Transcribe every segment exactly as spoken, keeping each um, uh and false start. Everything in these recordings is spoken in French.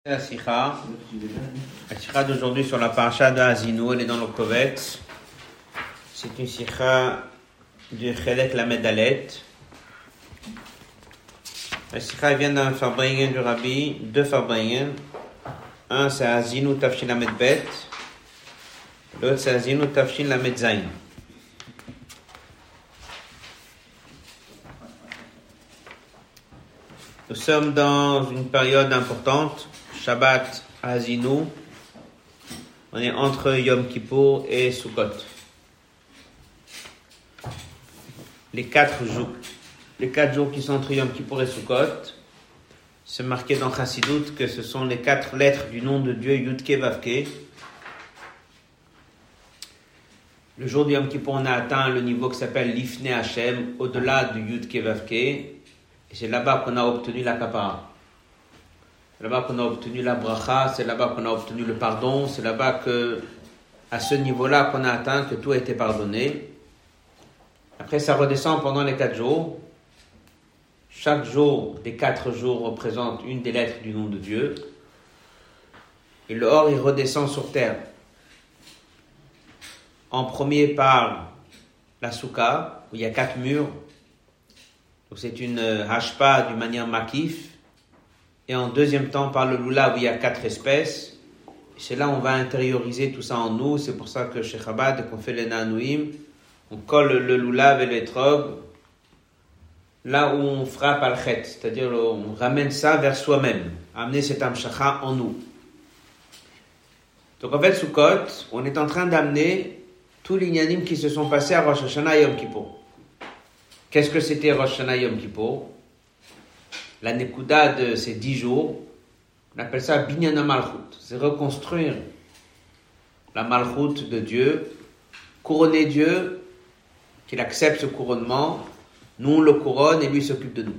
La sikha, la sikha d'aujourd'hui sur la paracha de Haazinu, elle est dans le Kovetz. C'est une sikha du Chelek Lamed Dalet. La sikha vient d'un Farbrengen du Rabbi, deux Farbrengen. Un c'est Haazinu Tafshin Lamed Bet, l'autre c'est Haazinu Tafshin Lamed Zayin. Nous sommes dans une période importante. Shabbat, Haazinu, on est entre Yom Kippour et Sukkot. Les quatre jours, les quatre jours qui sont entre Yom Kippour et Sukkot, c'est marqué dans Chassidut que ce sont les quatre lettres du nom de Dieu Yud-Ke Vav-Ke. Le jour de Yom Kippour, on a atteint le niveau qui s'appelle l'Ifne Hashem, au-delà du Yud-Ke Vav-Ke, et c'est là-bas qu'on a obtenu la kapara. C'est là-bas qu'on a obtenu la bracha, c'est là-bas qu'on a obtenu le pardon, c'est là-bas que, à ce niveau-là qu'on a atteint, que tout a été pardonné. Après, ça redescend pendant les quatre jours. Chaque jour des quatre jours représente une des lettres du nom de Dieu. Et le Or, il redescend sur terre. En premier par la Souka, où il y a quatre murs. Donc c'est une hashpa d'une manière makif. Et en deuxième temps, par le lulav, où il y a quatre espèces. C'est là où on va intérioriser tout ça en nous. C'est pour ça que chez Chabad, dès qu'on fait les nanouim, on colle le lulav et l'étrog là où on frappe al chet, c'est-à-dire on ramène ça vers soi-même, amener cet amshacha en nous. Donc en fait, Sukkot, on est en train d'amener tous les inyanim qui se sont passés à Rosh Hashanah et Yom Kippour. Qu'est-ce que c'était Rosh Hashanah et Yom Kippour? La nekuda de ces dix jours, on appelle ça Binyan Malchut. C'est reconstruire la Malchut de Dieu, couronner Dieu, qu'il accepte ce couronnement, nous on le couronne et lui s'occupe de nous.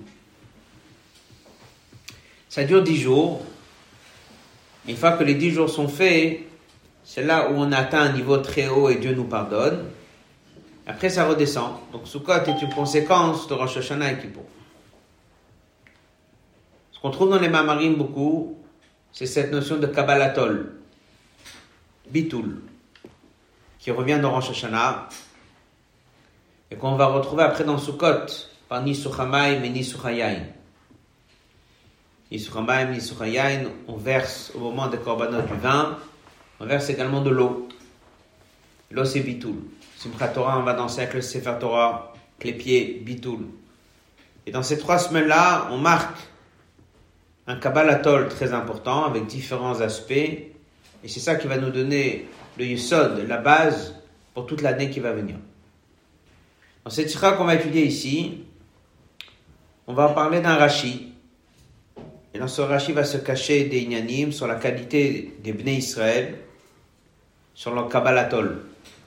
Ça dure dix jours. Une fois que les dix jours sont faits, c'est là où on atteint un niveau très haut et Dieu nous pardonne. Après ça redescend. Donc Sukkot est une conséquence de Rosh Hashanah et Kippour. Ce qu'on trouve dans les Mamarim beaucoup, c'est cette notion de Kabbalatol, Bitul, qui revient dans Rosh Hashanah, et qu'on va retrouver après dans Sukkot, par Nisuchamayim et Nisuchayayin. Nisuchamayim, Nisuchayayin, on verse au moment des korbanot du vin, on verse également de l'eau. L'eau c'est Bitul. Simchat Torah, on va danser avec le Sefer Torah, avec les pieds, Bitul. Et dans ces trois semaines-là, on marque un Kabbalatol très important avec différents aspects, et c'est ça qui va nous donner le Yesod, la base pour toute l'année qui va venir. Dans cette sikha qu'on va étudier ici, on va parler d'un Rashi, et dans ce Rashi va se cacher des inyanim sur la qualité des Bnei Israël, sur leur Kabbalatol.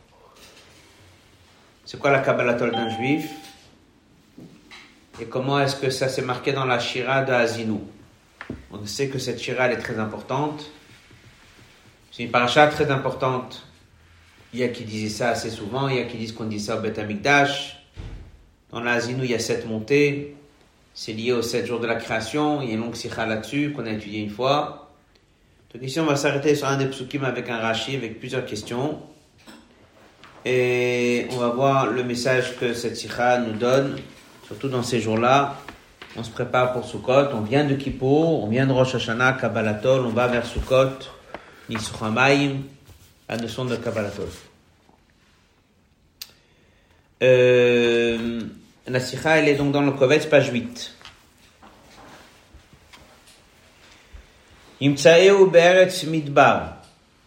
C'est quoi la Kabbalatol d'un juif? Et comment est-ce que ça s'est marqué dans la Shira de Haazinu? On sait que cette Shira elle est très importante. C'est une paracha très importante. Il y a qui disaient ça assez souvent, il y a qui disent qu'on dit ça au Beth Amikdash. Dans la Haazinu, il y a sept montées. C'est lié aux sept jours de la création. Il y a une longue sikha là-dessus qu'on a étudié une fois. Donc ici, on va s'arrêter sur un des psukim avec un Rashi, avec plusieurs questions. Et on va voir le message que cette sikha nous donne, surtout dans ces jours-là. On se prépare pour Sukkot, on vient de Kippour, on vient de Rosh Hashanah, Kabbalatol, on va vers Sukkot, Nisuchamayim, la notion de Kabbalatol. Euh, la sikha, elle est donc dans le Kovetz, page huit. Imtsaeu be'eretz midbar.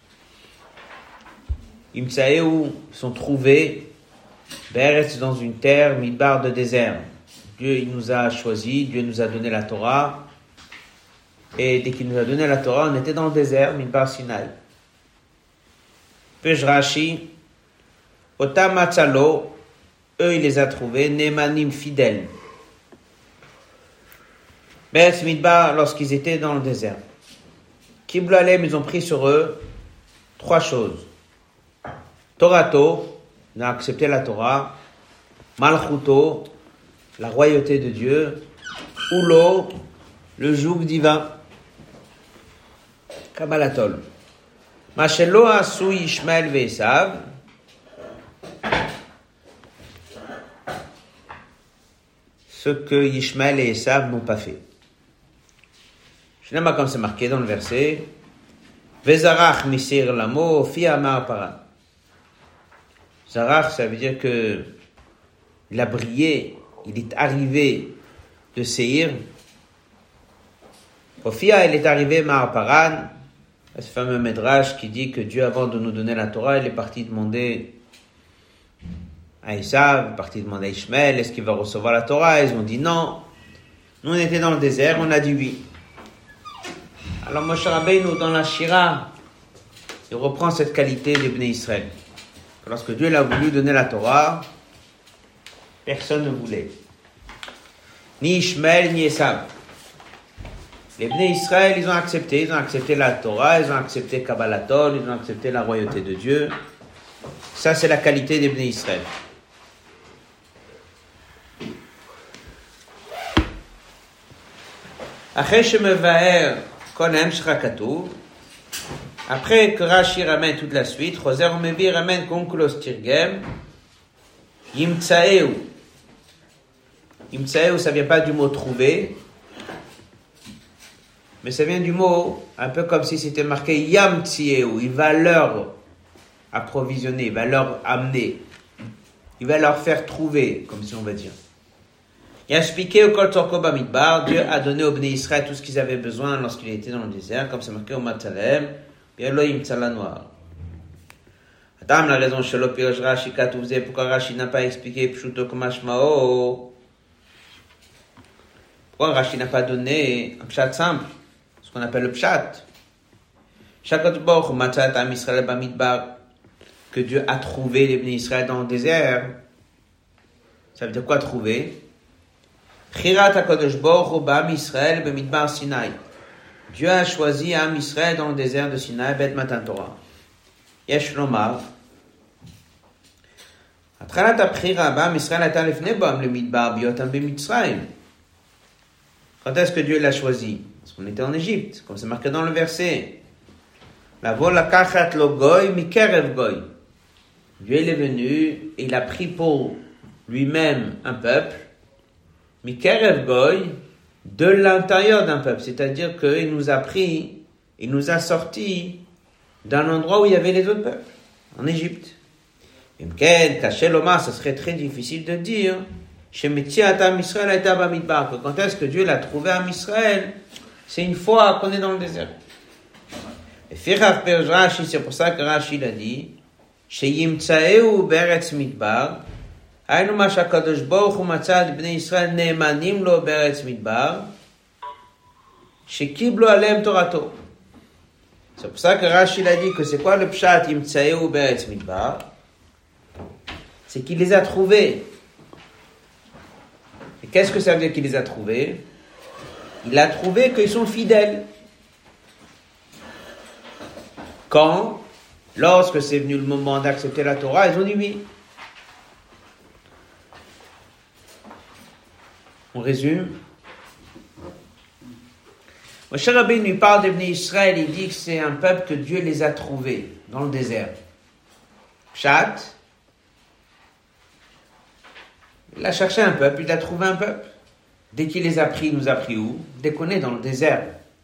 Imtsaeu sont trouvés, be'eretz dans une terre, midbar de désert. Dieu il nous a choisis, Dieu nous a donné la Torah. Et dès qu'il nous a donné la Torah, on était dans le désert, Midbar Sinaï. Pej Rashi, Otam Matzalo, eux il les a trouvés, Nemanim fidèles. Be'eretz Midbar, lorsqu'ils étaient dans le désert. Kiblu Alem, ils ont pris sur eux trois choses. Torato, ils ont accepté la Torah. Malchuto, la royauté de Dieu, Ulo, le joug divin. Kabbalatol. Mashelo asu Ishmael ve'Esav. Ce que Ishmael et Esav n'ont pas fait. Finalement, comme c'est marqué dans le verset, Vezarach misir lamo fi amar para. Zarach, ça veut dire que il a brillé, il est arrivé de Seir. Ofia, il est arrivé Mar Paran, ce fameux Midrash qui dit que Dieu, avant de nous donner la Torah, il est parti demander à Esav, parti demander à Ishmael, est-ce qu'il va recevoir la Torah? Ils ont dit non. Nous, on était dans le désert, on a dit oui. Alors Moshe Rabbeinu, dans la Shira, il reprend cette qualité des Bnei Israël. Lorsque Dieu l'a voulu donner la Torah, personne ne voulait. Ni Ishmael, ni Esav. Les Bnei Israël, ils ont accepté, ils ont accepté la Torah, ils ont accepté Kabbalatol, ils ont accepté la royauté de Dieu. Ça, c'est la qualité des Bnei Israël. Après que Rashi ramène toute la suite, Choser Mevi ramène Konkulos Tirgem, Yimtsaeu. Yimtsaeu, ça vient pas du mot trouver, mais ça vient du mot, un peu comme si c'était marqué Yamtsieu, il va leur approvisionner, il va leur amener, il va leur faire trouver, comme si on va dire. Il a expliqué au Kol Tzorko Bamidbar, Dieu a donné aux Bnei Israël tout ce qu'ils avaient besoin lorsqu'il était dans le désert, comme c'est marqué au Matzalem, Elohim Tzala Noir. Adam, la raison chez l'opirage Rashi Katouvze, pourquoi Rashi n'a pas expliqué Pshuto Kamashmao? Pourquoi Rashi n'a pas donné un pshat simple, ce qu'on appelle le pshat? Shakot Boch, Matzat Am Israël Bamidbar, que Dieu a trouvé les Bnei Israël dans le désert. Ça veut dire quoi trouver? Chirat HaKadosh Baruch Hu B'Am Israël B'Midbar Sinai. Dieu a choisi Am Israël dans le désert de Sinaï, Bet Matan Torah. Yesh Lomar. Atchalat HaBchira B'Am Israël Ata Lefnei B'Am Lemidbar B'Yotam B'Mitzrayim. Quand est-ce que Dieu l'a choisi? Parce qu'on était en Égypte, comme c'est marqué dans le verset. Lavo lakachat lo goy mikerev goy. Dieu est venu et il a pris pour lui-même un peuple, mikerev goy, de l'intérieur d'un peuple. C'est-à-dire qu'il nous a pris, il nous a sortis d'un endroit où il y avait les autres peuples, en Égypte. Imken, caché l'oma, ça serait très difficile de dire, chez Metziatam Israël Aïta Bamidbar, que quand est-ce que Dieu l'a trouvé à Israël, c'est une fois qu'on est dans le désert. Et Firach Perj Rashi, c'est pour ça que Rashi l'a dit, chez Yimtsaeu Beretz Midbar, Aïnou Masha Kadosh Baruch Hu Matzad Bnei Israël Neemanim Lo Beretz Midbar, chez Kiblo Alem Torato. C'est pour ça que Rashi l'a dit que c'est quoi le pshat Yimtsaeu Beretz Midbar? C'est qu'il les a trouvés. Et qu'est-ce que ça veut dire qu'il les a trouvés? Il a trouvé qu'ils sont fidèles. Quand, lorsque c'est venu le moment d'accepter la Torah, ils ont dit oui. On résume. Moshe Rabbeinu lui parle de Bnei Israël, il dit que c'est un peuple que Dieu les a trouvés dans le désert. Pshat, il a cherché un peuple, il a trouvé un peuple. Dès qu'il les a pris, il nous a pris où? Dès qu'on est dans le désert.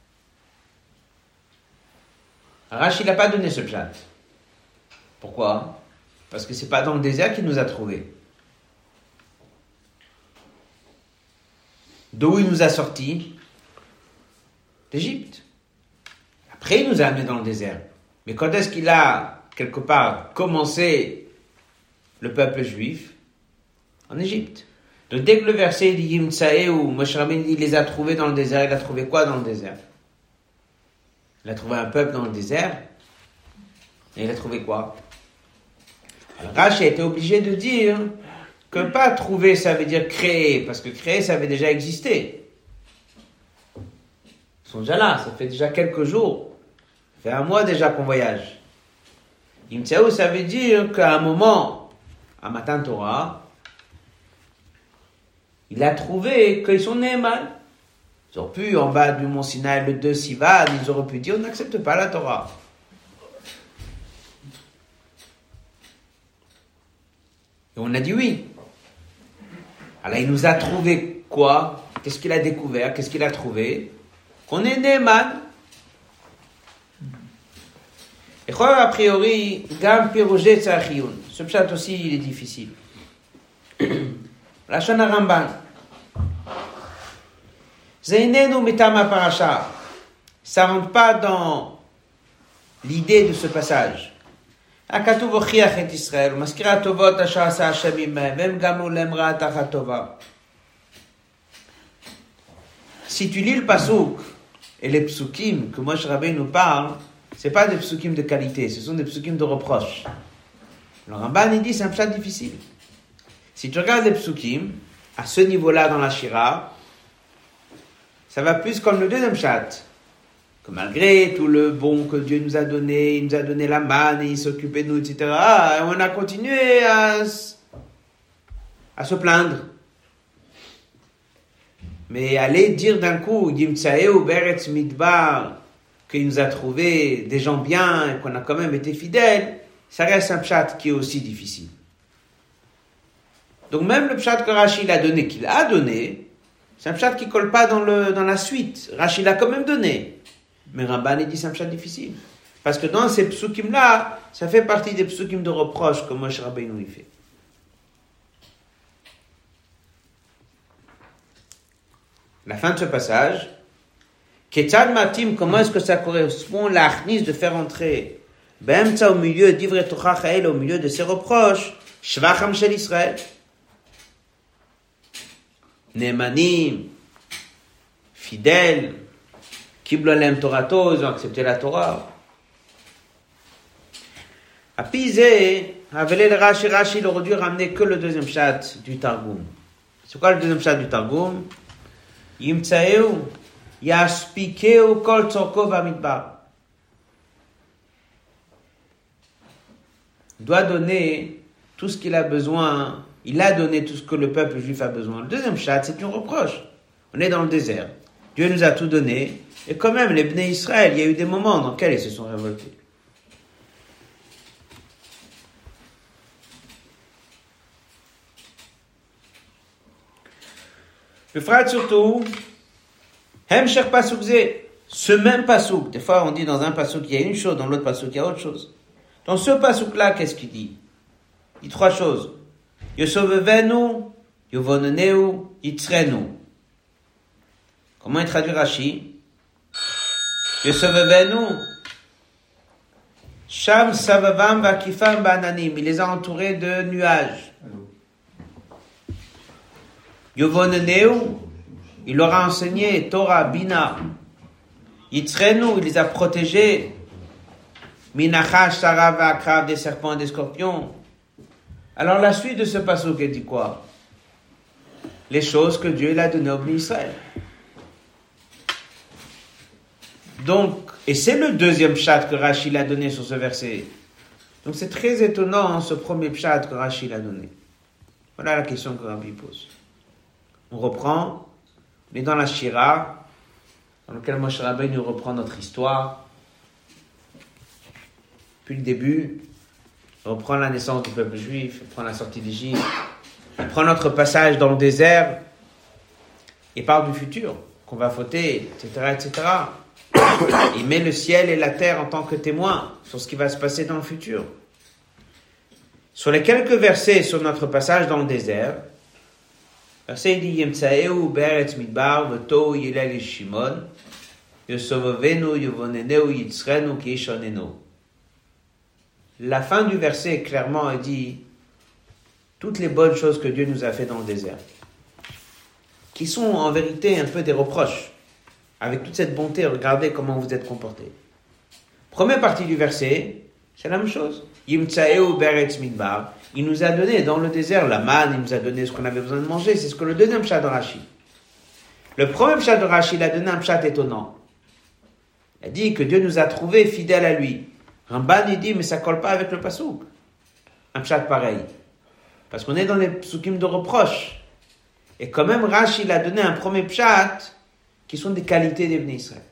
Rashi n'a pas donné ce pshat. Pourquoi? Parce que c'est pas dans le désert qu'il nous a trouvés. D'où il nous a sortis? D'Égypte. Après, il nous a amenés dans le désert. Mais quand est-ce qu'il a, quelque part, commencé le peuple juif? En Égypte. Donc dès que le verset dit Yimtsae ou Moshe Rabbeinu il les a trouvés dans le désert, il a trouvé quoi dans le désert? Il a trouvé un peuple dans le désert. Et il a trouvé quoi? Alors Rashi a été obligé de dire que pas trouver ça veut dire créer, parce que créer ça avait déjà existé. Ils sont déjà là, ça fait déjà quelques jours. Ça fait un mois déjà qu'on voyage. Yimtsae ça veut dire qu'à un moment, à Matan Torah, il a trouvé qu'ils sont Neeman. Ils auraient pu, en bas du mont Sinaï, le deux Sivan, ils auraient pu dire, on n'accepte pas la Torah. Et on a dit oui. Alors il nous a trouvé quoi? Qu'est-ce qu'il a découvert? Qu'est-ce qu'il a trouvé? Qu'on est Neman. Et quoi, a priori, Gam Piroget Tzachiyun. Ce pshat aussi, il est difficile. La Shana Ramban. Zainenu Mitama Parasha. Ça rentre pas dans l'idée de ce passage. הכתוב הוכיח את ישראל, ומזכיר הטובות אשר עשה השם עמהם, והם גמלו להם רעה תחת טובה. Si tu lis le pasouk et les psukim que Moshe Rabbeinu nous parle, c'est pas des psukim de qualité, ce sont des psukim de reproche. Le Ramban il dit c'est un pshat difficile. Si tu regardes les psukim à ce niveau-là dans la Shira, ça va plus comme le deuxième pshat. Que malgré tout le bon que Dieu nous a donné, il nous a donné la manne, et il s'occupait de nous, et cetera, on a continué à, à se plaindre. Mais aller dire d'un coup, Yimtsaeu Beretz Midbar, qu'il nous a trouvé des gens bien et qu'on a quand même été fidèles, ça reste un pshat qui est aussi difficile. Donc même le pshat que Rashi l'a donné, qu'il a donné, c'est un pshat qui colle pas dans, le, dans la suite. Rashi l'a quand même donné. Mais Ramban il dit c'est un pshat difficile. Parce que dans ces psukim-là, ça fait partie des psukim de reproche que Moshe Rabbeinu y fait. La fin de ce passage, Ketzad Matim, comment est-ce que ça correspond l'achnis de faire entrer Be'emtsa au milieu d'Ivre Torah Chael, au milieu de ses reproches, Shvacham Shel Israël. Nemanim, fidèles, Kiblalem Torato, ils ont accepté la Torah. À Pizé, Avelé le Rashi, Rashi, il aurait dû ramener que le deuxième chat du Targum. C'est quoi le deuxième chat du Targum? Yimtsaeu, Yaspikeu, Kol Tzorko Vamidbar. Il doit donner tout ce qu'il a besoin. Il a donné tout ce que le peuple juif a besoin. Le deuxième chat, c'est une reproche. On est dans le désert. Dieu nous a tout donné. Et quand même, les Bnei Israël, il y a eu des moments dans lesquels ils se sont révoltés. Le frère surtout, Hemshech Pasuk Zé, ce même Pasuk, des fois on dit dans un Pasuk il y a une chose, dans l'autre Pasuk il y a autre chose. Dans ce Pasuk-là, qu'est-ce qu'il dit? Il dit trois choses. Yosovevenu, Yovoneneu, Yitzrenu. Comment il traduit Rashi? Yosovevenu, Sham Savavam Vakifam Bananim. Il les a entourés de nuages. Yovoneneu, il leur a enseigné Torah, Bina. Yitzrenu, il les a protégés. Minachash, Sarah, Vakrav, des serpents et des scorpions. Alors la suite de ce passage, elle dit quoi? Les choses que Dieu l'a données au peuple d'Israël. Donc, et c'est le deuxième pshat que Rashi a donné sur ce verset. Donc c'est très étonnant ce premier pshat que Rashi a donné. Voilà la question que Rabbi pose. On reprend, on est dans la Shira, dans laquelle Moshe Rabbeinu nous reprend notre histoire. Depuis le début, on reprend la naissance du peuple juif, on prend la sortie d'Égypte, on prend notre passage dans le désert, et parle du futur, qu'on va fauter, et cetera, et cetera. Il met le ciel et la terre en tant que témoins sur ce qui va se passer dans le futur. Sur les quelques versets sur notre passage dans le désert, verset dit Yemtsaeu beretz midbar v'tou yilel Shimon yosovovenu yovoneneu yitzrenu ki yishonenu. La fin du verset clairement est dit toutes les bonnes choses que Dieu nous a fait dans le désert, qui sont en vérité un peu des reproches. Avec toute cette bonté, regardez comment vous êtes comportés. Première partie du verset, c'est la même chose. Yimtsaeu beretz midbar. Il nous a donné dans le désert la manne, il nous a donné ce qu'on avait besoin de manger. C'est ce que le deuxième pshat de Rashi. Le premier pshat de Rashi, il a donné un pshat étonnant. Il a dit que Dieu nous a trouvés fidèles à lui. Ramban, il dit, mais ça colle pas avec le pasouk. Un pshat pareil. Parce qu'on est dans les psukim de reproche. Et quand même, Rashi, il a donné un premier pshat qui qui sont des qualités des Bnei Israël.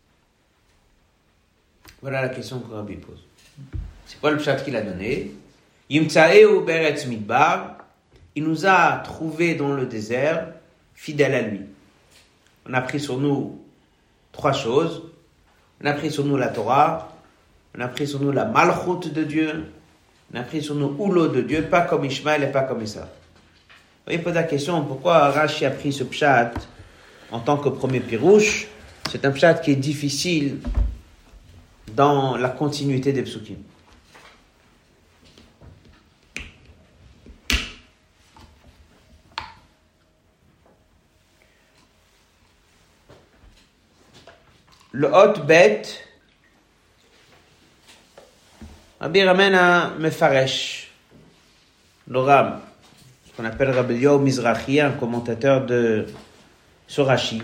Voilà la question que Rabbi pose. C'est quoi le pshat qu'il a donné? Yimtsaeu beretz midbar, il nous a trouvés dans le désert, fidèles à lui. On a pris sur nous trois choses. On a pris sur nous la Torah, on a pris sur nous la malchut de Dieu, on a pris sur nous Oulo de Dieu, pas comme Ishmaël et pas comme Esa. Vous voyez, pose la question, pourquoi Rashi a pris ce pshat en tant que premier pirouche? C'est un pshat qui est difficile dans la continuité des psukim. Le hot bête, Rabbi ramène un Mefaresh, le Ram, ce qu'on appelle Rabbi Eliyahu Mizrahi, un commentateur de Rashi.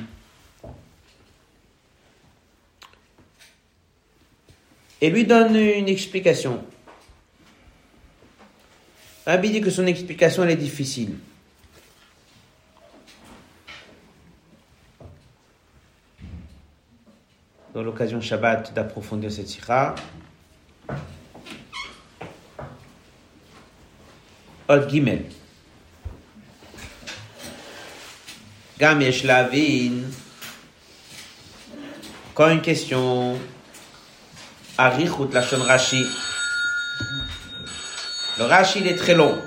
Et lui donne une explication. Rabbi dit que son explication elle est difficile. Dans l'occasion Shabbat d'approfondir cette sikha. Od Gimel. Gam yesh lavin. Encore une question. Arichut lashon Rashi. Le Rashi il est très long.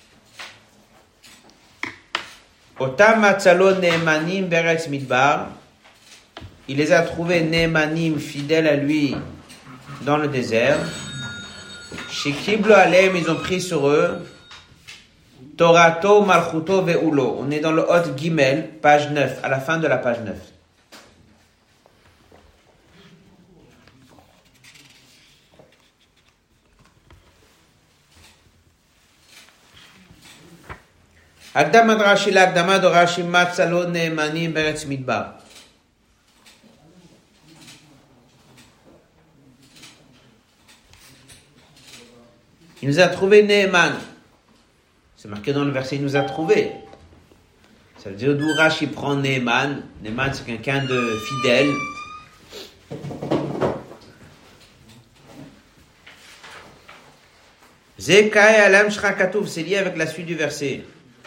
Otam matzalo ne'emanim beretz midbar. Il les a trouvés Ne'emanim, fidèles à lui, dans le désert. Chez Kiblo Alem, ils ont pris sur eux Torato, Malchuto, Ve'ulo. On est dans le Hot Gimel, page neuf, à la fin de la page neuf. Akdama de Rashi, l'Akdama de Rashi, Matzalo, Ne'emanim, Beretz Midbar. Il nous a trouvé Ne'eman. C'est marqué dans le verset, il nous a trouvé. Ça veut dire d'où Rashi prend Ne'eman. Ne'eman, c'est quelqu'un de fidèle. Zekai alam shrakatouf, c'est lié avec la suite du verset.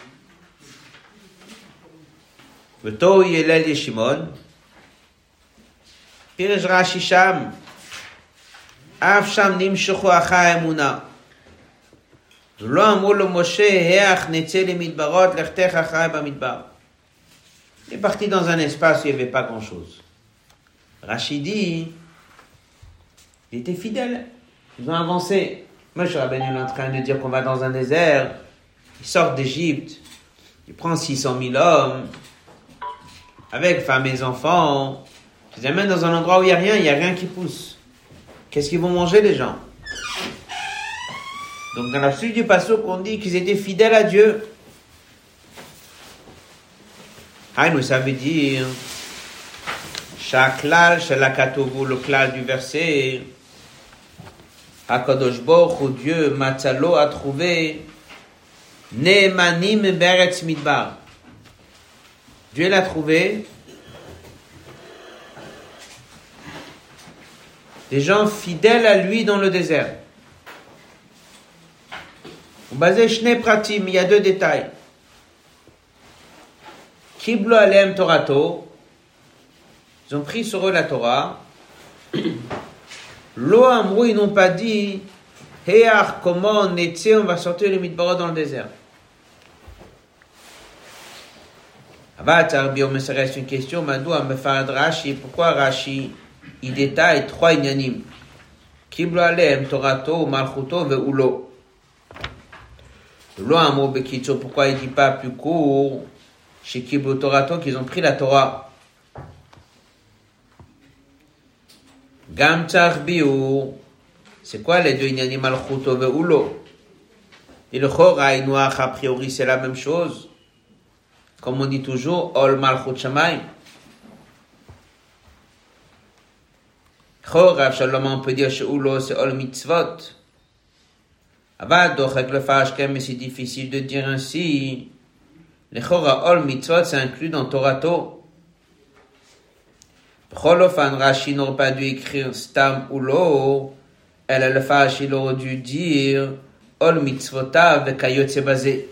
V'to yelel yeshimon. Pirej Rashi sham. Av sham nimshuchu acha emuna. Il est parti dans un espace où il n'y avait pas grand-chose. Rashi dit, il était fidèle. Ils ont avancé. Moshe Rabbeinu est en train de dire qu'on va dans un désert. Il sort d'Égypte. Il prend six cent mille hommes, avec femmes et enfants. Il les amène dans un endroit où il n'y a rien, il n'y a rien qui pousse. Qu'est-ce qu'ils vont manger les gens? Donc dans la suite du passage on dit qu'ils étaient fidèles à Dieu. Haïnou, ça veut dire Shaklal, Shalakatovu, le klal du verset. Hakadosh Baruch Hu, Dieu, Matzalo a trouvé Ne'emanim beretz midbar. Dieu l'a trouvé des gens fidèles à lui dans le désert. Basé Shne Pratim, il y a deux détails. Kiblo Alem Torato, ils ont pris sur eux la Torah. Lo Amrou, ils n'ont pas dit Heach, comment on était, on va sortir les Midbarot dans le désert. Abat Arbio, mais ça reste une question. Madou, Mefarad Rashi, pourquoi Rashi il détaille trois inyanim? Kiblo Alem Torato, Malchuto, Ve'ulo. Lo Amrou Bekitso, pourquoi il dit pas plus court chez Kiblo Torato qu'ils ont pris la Torah? Gam Tzarbiou, c'est quoi les deux inyanim Malchuto Ve'ulo? Et le Chora et Noach, a priori, c'est la même chose. Comme on dit toujours, Ol Malchut Shamayim. Chora, Shalom, on peut dire chez Ulo, c'est Ol Mitzvot. Avad, donc avec le Fashkem, mais c'est difficile de dire ainsi. Le Chora Ol Mitzvot, c'est inclus dans Torato. Cholofan, Rashi n'aurait pas dû écrire Stam ou Lo, elle a le fâche, il aurait dû dire Ol mitzvotav kayotse basé.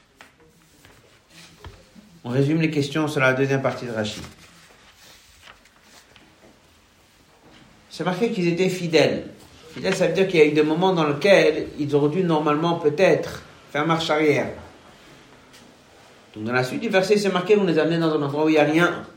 On résume les questions sur la deuxième partie de Rashi. C'est marqué qu'ils étaient fidèles. Fidèles, ça veut dire qu'il y a eu des moments dans lesquels ils auraient dû normalement peut-être faire marche arrière. Donc dans la suite du verset, c'est marqué, on les a amenés dans un endroit où il n'y a rien.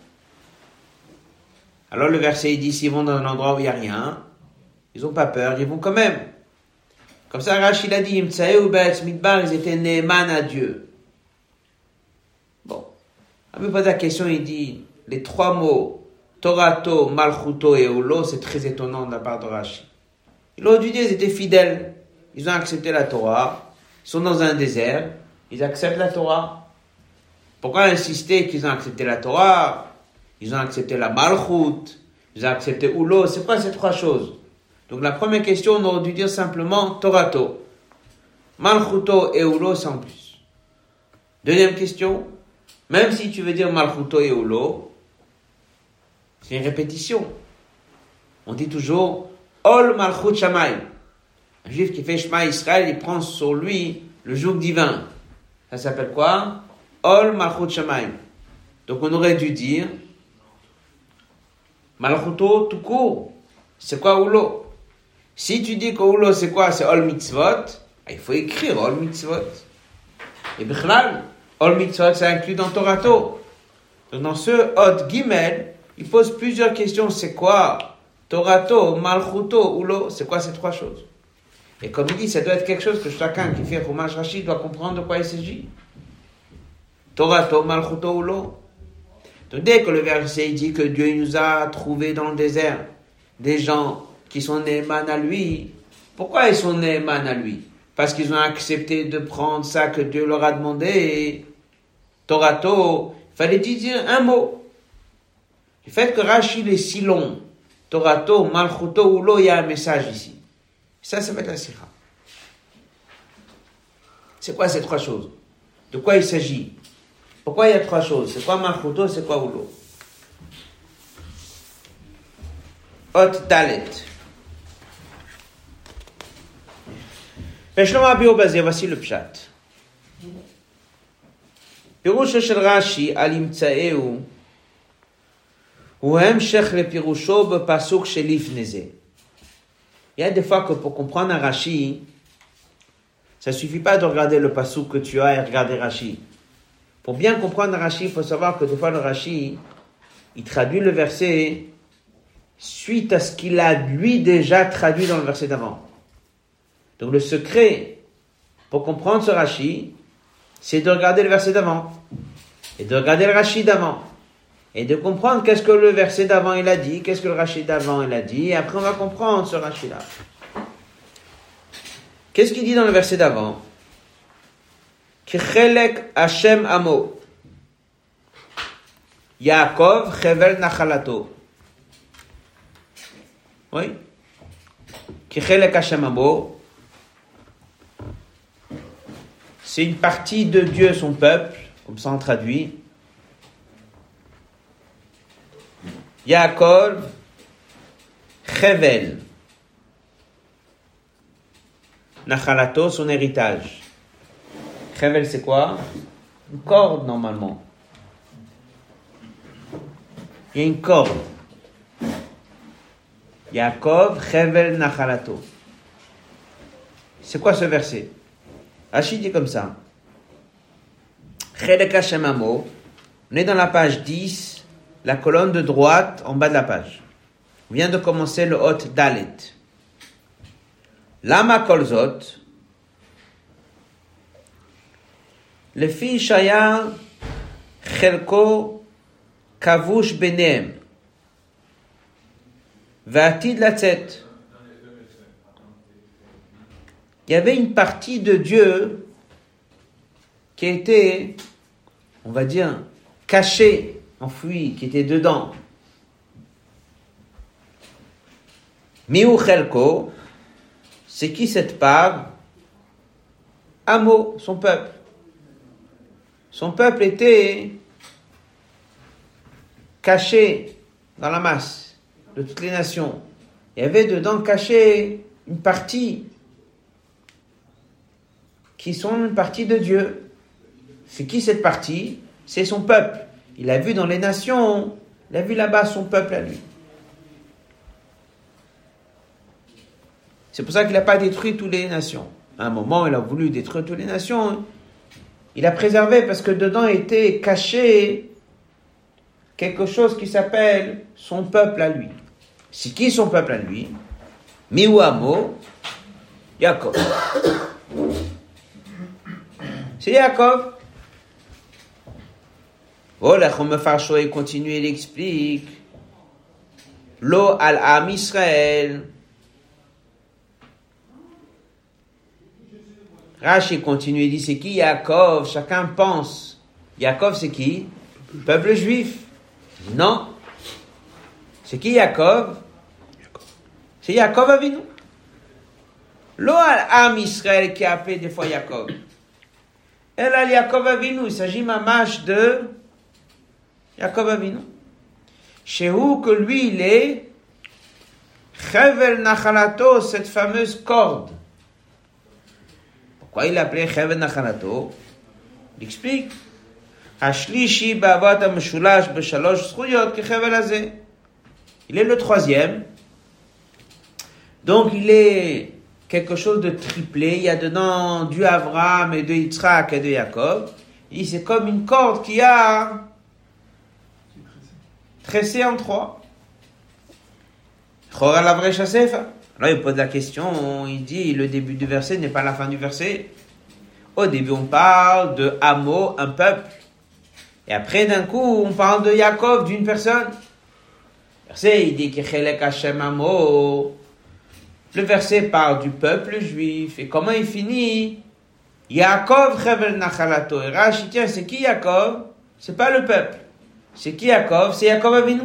Alors le verset dit, s'ils vont dans un endroit où il n'y a rien, ils n'ont pas peur, ils vont quand même. Comme ça, Rashi l'a dit, ils étaient Neeman à Dieu. Bon. On me pose la question, il dit, les trois mots, Torato, Malchuto et Olo, c'est très étonnant de la part de Rashi. Il aurait dû dire, ils étaient fidèles. Ils ont accepté la Torah. Ils sont dans un désert. Ils acceptent la Torah. Pourquoi insister qu'ils ont accepté la Torah? Ils ont accepté la Malchut. Ils ont accepté Olo. C'est quoi ces trois choses? Donc la première question, on aurait dû dire simplement Torato. Malchuto et Olo, c'est en plus. Deuxième question, même si tu veux dire Malchuto et Olo, c'est une répétition. On dit toujours Ol Malchut Shamayim. Un juif qui fait Shema Israël, il prend sur lui le joug divin. Ça s'appelle quoi? Ol Malchut Shamayim. Donc on aurait dû dire Malchuto tout court. C'est quoi Ulo? Si tu dis que Ulo c'est quoi? C'est Ol Mitzvot. Il faut écrire Ol Mitzvot. Et Bichlal, Ol Mitzvot c'est inclus dans Torato. Donc dans ce Hot Gimel, il pose plusieurs questions. C'est quoi Torato, Malchuto, Ulo? C'est quoi ces trois choses? Et comme il dit, ça doit être quelque chose que chacun qui fait Chumash Rashi doit comprendre de quoi il s'agit. Torato, Malchuto, Ulo. Donc dès que le verset dit que Dieu nous a trouvés dans le désert, des gens qui sont Neeman à lui, pourquoi ils sont Neeman à lui? Parce qu'ils ont accepté de prendre ça que Dieu leur a demandé. Torato, il fallait dire un mot. Le fait que Rashi est si long, Torato, Malchuto, Ulo, il y a un message ici. Ça, ça va être la sikha. C'est quoi ces trois choses? De quoi il s'agit? Pourquoi il y a trois choses? C'est quoi Malchuto, c'est quoi Ulo? Hot Dalet. Peshlomo Abio Bazé, voici le pshat. Pirouche shel Rashi al imtsaeu ou hemshech le pirusho bepasuk shelifne ze. Il y a des fois que pour comprendre un Rashi, ça suffit pas de regarder le pasuk que tu as et regarder Rashi. Pour bien comprendre un Rashi, il faut savoir que des fois le Rashi, il traduit le verset suite à ce qu'il a lui déjà traduit dans le verset d'avant. Donc le secret pour comprendre ce Rashi, c'est de regarder le verset d'avant et de regarder le Rashi d'avant et de comprendre qu'est-ce que le verset d'avant il a dit, qu'est-ce que le Rashi d'avant il a dit, et après on va comprendre ce Rashi-là. Qu'est-ce qu'il dit dans le verset d'avant? Kichelek Hashem Amo Yaakov Chevel Nachalato. Oui. Kichelek Hashem Amo, c'est une partie de Dieu, son peuple, comme ça on traduit. Yaakov, Chevel, Nachalato, son héritage. Chevel, c'est quoi? Une corde, normalement. Il y a une corde. Yaakov, Chevel, Nachalato. C'est quoi ce verset? Rashi dit comme ça. Chelek Hashem Amo. On est dans la page dix, la colonne de droite en bas de la page. On vient de commencer le Hot Dalet. Lama Kolzot. Le fils Shaya Chelko Kavush Benem. Vatid Latzet. Il y avait une partie de Dieu qui était, on va dire, cachée, enfouie, qui était dedans. Miu Chelko, c'est qui cette part? Amo, son peuple. Son peuple était caché dans la masse de toutes les nations. Il y avait dedans caché une partie qui sont une partie de Dieu. C'est qui cette partie? C'est son peuple. Il a vu dans les nations, il a vu là-bas son peuple à lui. C'est pour ça qu'il n'a pas détruit toutes les nations. À un moment, il a voulu détruire toutes les nations. Il a préservé parce que dedans était caché quelque chose qui s'appelle son peuple à lui. C'est qui son peuple à lui? Miouamo, Yaakov. C'est Yaakov. Oh, la Chomefarcho, il continue, il explique. Lo al Am Israël. Rashi continue, il dit, c'est qui Yaakov? Chacun pense. Yaakov, c'est qui? Peuple juif. Non. C'est qui Yaakov? C'est Yaakov Avinu. Lo al Am Israël qui a appelé des fois Yaakov. Elle a Yaakov Avinu. Il s'agit mamash de Yaakov Avinu. Chez où que lui, il est Chevel Nachalato, cette fameuse corde. Pourquoi il l'appelait Chevel Nachalato? Il explique. Hashlishi ba'avat ha'meshulash b'shalosh zchuyot kechevel hazeh. Il est le troisième. Donc il est quelque chose de triplé. Il y a dedans du Avraham et de Yitzhak et de Yaakov. Il dit c'est comme une corde qui a tressé en trois. Chora la vraie chassefa. Alors il pose la question, il dit le début du verset n'est pas la fin du verset. Au début on parle de Amo, un peuple. Et après d'un coup on parle de Yaakov, d'une personne. Le verset il dit que Chelek Hashem Amo. Le verset parle du peuple juif. Et comment il finit? Yaakov Chevel Nachalato. Et Rashi, tiens, c'est qui Yaakov? C'est pas le peuple. C'est qui Yaakov? C'est Yaakov Avinu.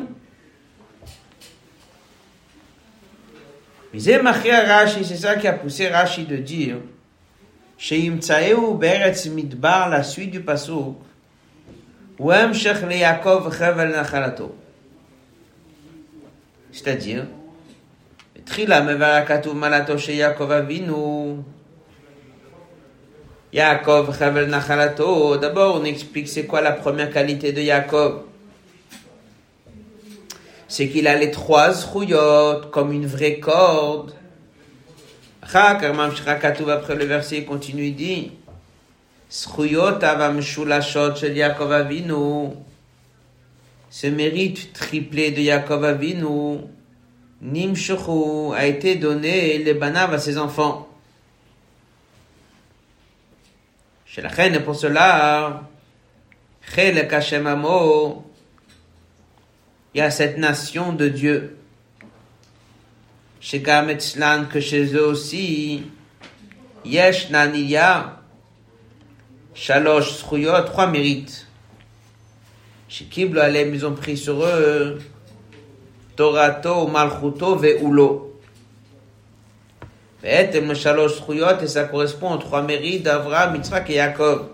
Mais c'est Rashi, c'est ça qui a poussé Rashi de dire Sheimtsaeu Beretz Midbar, la suite du pasuk, Ouem Shech le Yaakov Chevel Nachalato. C'est-à-dire, Trila Mevarakatu Malato She Yaakov Avinu. Yaakov Chevel Nachalato. D'abord, on explique c'est quoi la première qualité de Yaakov. C'est qu'il a les trois zchuyot comme une vraie corde. Après le verset il continue, il dit zchuyot avam shulashot shel Yaakov Avinu. Ce mérite triplé de Yaakov Avinu nimshuchu a été donné les banav à ses enfants. Chez la reine, et pour cela, Chelek Hashem Amo, il y a cette nation de Dieu. Chez Gam Etzlan, que chez eux aussi, Yesh Naniya, Shalosh Zchuyot, trois mérites. Chez Kiblo Alem, ils ont pris sur eux Torato, Malchuto, Ve'ulo. Ve'etem le Shalosh Zchuyot, et ça correspond aux trois mérites d'Avraham, Yitzhak et Yaakov.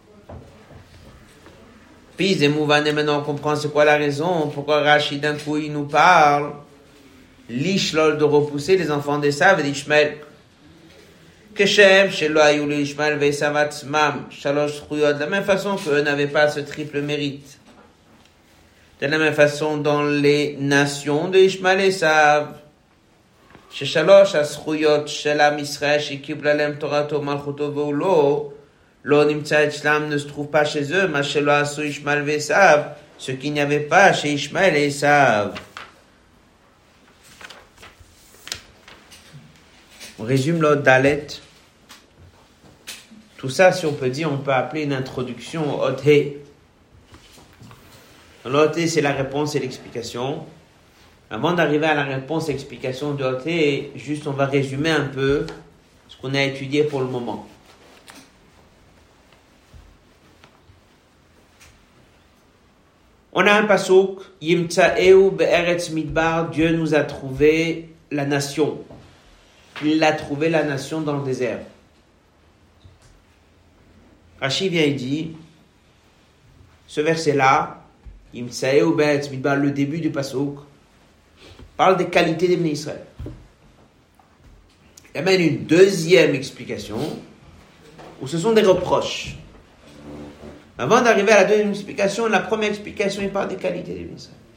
Puis, et Mouvane, maintenant on comprend c'est quoi la raison, pourquoi Rashi d'un coup il nous parle, l'Ishlol de repousser les enfants d'Esav et d'Ishmaël. Keshem, Shelo Ayou le Ishmael ve'Esav atzmam, Shalosh Zchuyot, de la même façon qu'eux n'avaient pas ce triple mérite. De la même façon dans les nations de Ishmael et Esav, chez Shalosh Zchuyot, Shel Am Israël, chez Kiblalem Torato Malchuto Ve'ulo, Lo Nimtsa Etzlam ne se trouve pas chez eux, mais chez Loasu Ishmael ve'Esav, ce qu'il n'y avait pas chez Ishmael et Esav. On résume le Dalet. Tout ça, si on peut dire, on peut appeler une introduction au Hot-He. Le Hot-He, c'est la réponse et l'explication. Avant d'arriver à la réponse et l'explication du Hot-He, juste on va résumer un peu ce qu'on a étudié pour le moment. On a un pasuk, Yimtsaeu be'eretz midbar, Dieu nous a trouvé la nation. Il a trouvé la nation dans le désert. Rashi vient et dit, ce verset-là, Yimtsaeu be'eretz midbar, le début du pasuk, parle des qualités des Bnei Israël. Il amène une deuxième explication, où ce sont des reproches. Avant d'arriver à la deuxième explication, la première explication, il parle des qualités des Bnei Israël.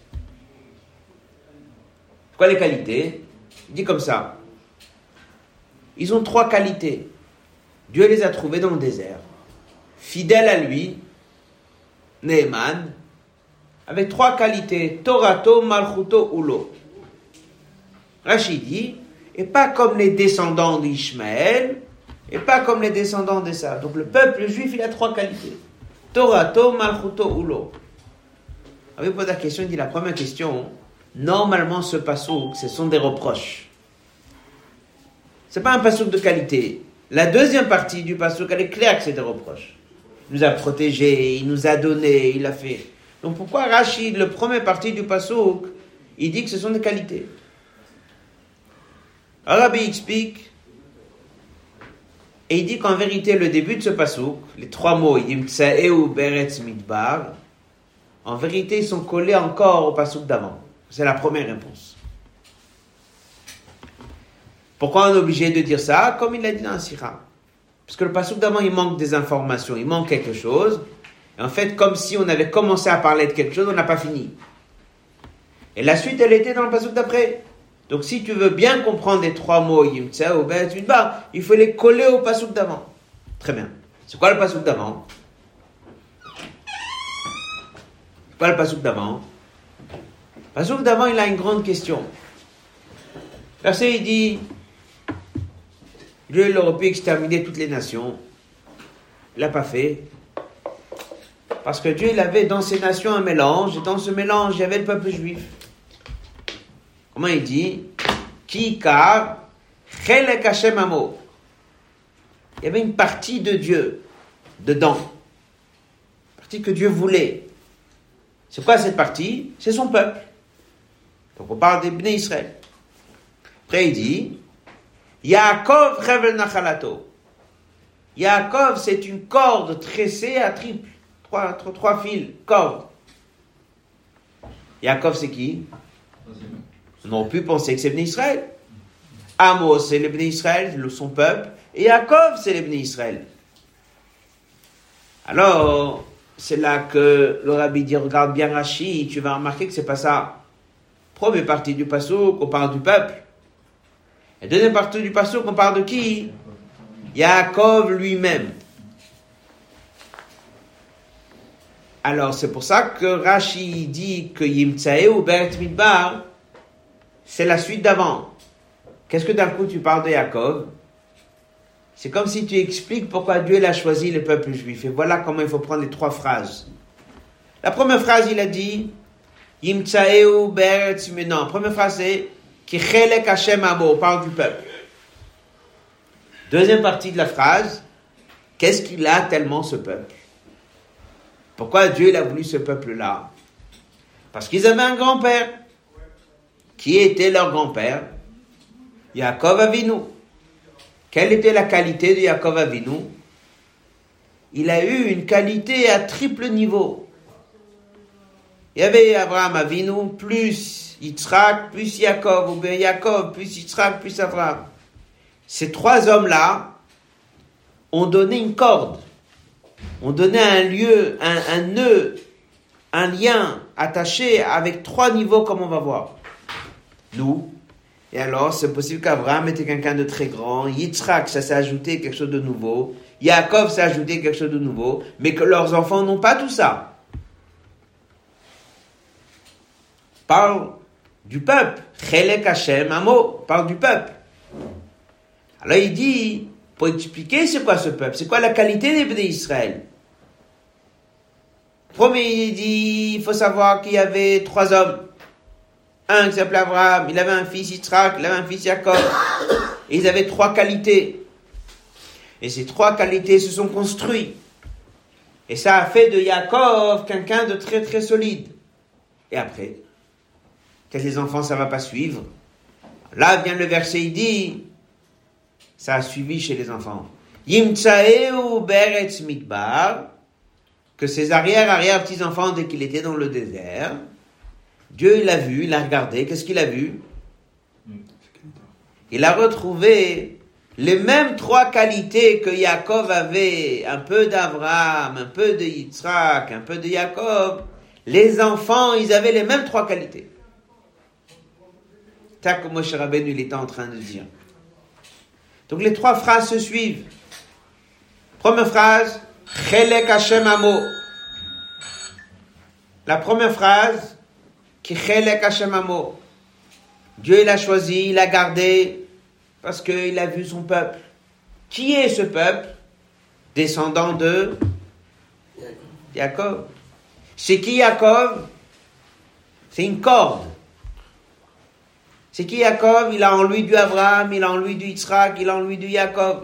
Quoi les qualités? Il dit comme ça. Ils ont trois qualités. Dieu les a trouvés dans le désert. Fidèles à lui, Neeman, avec trois qualités. Torato, Malchuto, Ulo. Rachid dit, et pas comme les descendants d'Ishmaël, et pas comme les descendants d'Esav. Donc le peuple juif, il a trois qualités. Torato, Malchuto, Ulo. Avec posé la question, il dit la première question, normalement ce passouk, ce sont des reproches. C'est pas un passouk de qualité. La deuxième partie du passouk, elle est claire que c'est des reproches. Il nous a protégés, il nous a donné, il a fait. Donc pourquoi Rachid, le premier partie du passouk, il dit que ce sont des qualités? Rabbi explique, et il dit qu'en vérité, le début de ce passouk, les trois mots, Yimtsaeu Beretz Midbar, en vérité, ils sont collés encore au passouk d'avant. C'est la première réponse. Pourquoi on est obligé de dire ça? Comme il l'a dit dans la Sira. Parce que le passouk d'avant, il manque des informations, il manque quelque chose. Et en fait, comme si on avait commencé à parler de quelque chose, on n'a pas fini. Et la suite, elle était dans le passouk d'après. Donc si tu veux bien comprendre les trois mots, Yimtsa ou Beretz Midbar, il faut les coller au passouk d'avant. Très bien. C'est quoi le passouk d'avant? C'est quoi le passouk d'avant? Le passouk d'avant, il a une grande question. Verset, il dit, Dieu il aurait pu exterminer toutes les nations. Il l'a pas fait. Parce que Dieu, il avait dans ces nations un mélange, et dans ce mélange, il y avait le peuple juif. Comment il dit? Ki kar chelek Hashem amo. Il y avait une partie de Dieu dedans. Une partie que Dieu voulait. C'est quoi cette partie? C'est son peuple. Donc on parle des Bnei Israël. Après il dit, Yaakov Chevel Nachalato. Yaakov, c'est une corde tressée à triple. Trois, trois, trois fils, corde. Yaakov, c'est qui? On aurait pu penser que c'est Bnei Israël. Amos, c'est les Bnei Israël, son peuple. Et Yaakov, c'est les Bnei Israël. Alors, c'est là que le rabbi dit, regarde bien Rashi, tu vas remarquer que c'est pas ça. Première partie du passouk, on parle du peuple. La deuxième partie du passouk, on parle de qui? Yaakov lui-même. Alors, c'est pour ça que Rashi dit que Yimtsae ou Beretz Midbar, c'est la suite d'avant. Qu'est-ce que d'un coup tu parles de Yaakov? C'est comme si tu expliques pourquoi Dieu l'a choisi le peuple juif. Et voilà comment il faut prendre les trois phrases. La première phrase, il a dit Yimtsaeu Beretz Midbar. La première phrase, c'est Ki chelek Hashem amo. On parle du peuple. Deuxième partie de la phrase, qu'est-ce qu'il a tellement ce peuple? Pourquoi Dieu il a voulu ce peuple-là? Parce qu'ils avaient un grand-père. Qui était leur grand-père? Yaakov Avinu. Quelle était la qualité de Yaakov Avinu? Il a eu une qualité à triple niveau. Il y avait Abraham Avinu, plus Yitzhak, plus Yaakov, ou bien Yaakov, plus Yitzhak, plus Abraham. Ces trois hommes-là ont donné une corde, ont donné un lieu, un, un nœud, un lien attaché avec trois niveaux comme on va voir. Nous. Et alors, c'est possible qu'Abraham était quelqu'un de très grand. Yitzhak, ça s'est ajouté quelque chose de nouveau. Yaakov s'est ajouté quelque chose de nouveau. Mais que leurs enfants n'ont pas tout ça. Parle du peuple. Chelek Hashem amo. Parle du peuple. Alors il dit, pour expliquer c'est quoi ce peuple, c'est quoi la qualité des Bnei Israël. Premier, il dit, il faut savoir qu'il y avait trois hommes. Un qui s'appelait Abraham, il avait un fils Yitzhak, il avait un fils Yaakov. Et ils avaient trois qualités. Et ces trois qualités se sont construites. Et ça a fait de Yaakov quelqu'un de très très solide. Et après, peut-être les enfants ça va pas suivre. Là vient le verset, il dit, ça a suivi chez les enfants. Yimtsaeu Beretz Midbar, que ses arrière-arrière petits-enfants, dès qu'il était dans le désert, Dieu, il a vu, il a regardé, qu'est-ce qu'il a vu? il a retrouvé les mêmes trois qualités que Yaakov avait, un peu d'Abraham, un peu de Yitzhak, un peu de Yaakov. Les enfants, ils avaient les mêmes trois qualités. C'est comme Moshe Rabbeinu il était en train de dire. Donc les trois phrases se suivent. Première phrase, Chelek Hashem Amo. La première phrase, qui Chelek Hashem Amo. Dieu il a choisi, il a gardé, parce qu'il a vu son peuple. Qui est ce peuple? Descendant de Yaakov. C'est qui Yaakov? C'est une corde. C'est qui Yaakov? Il a en lui du Abraham, il a en lui du Yitzhak, il a en lui du Yaakov.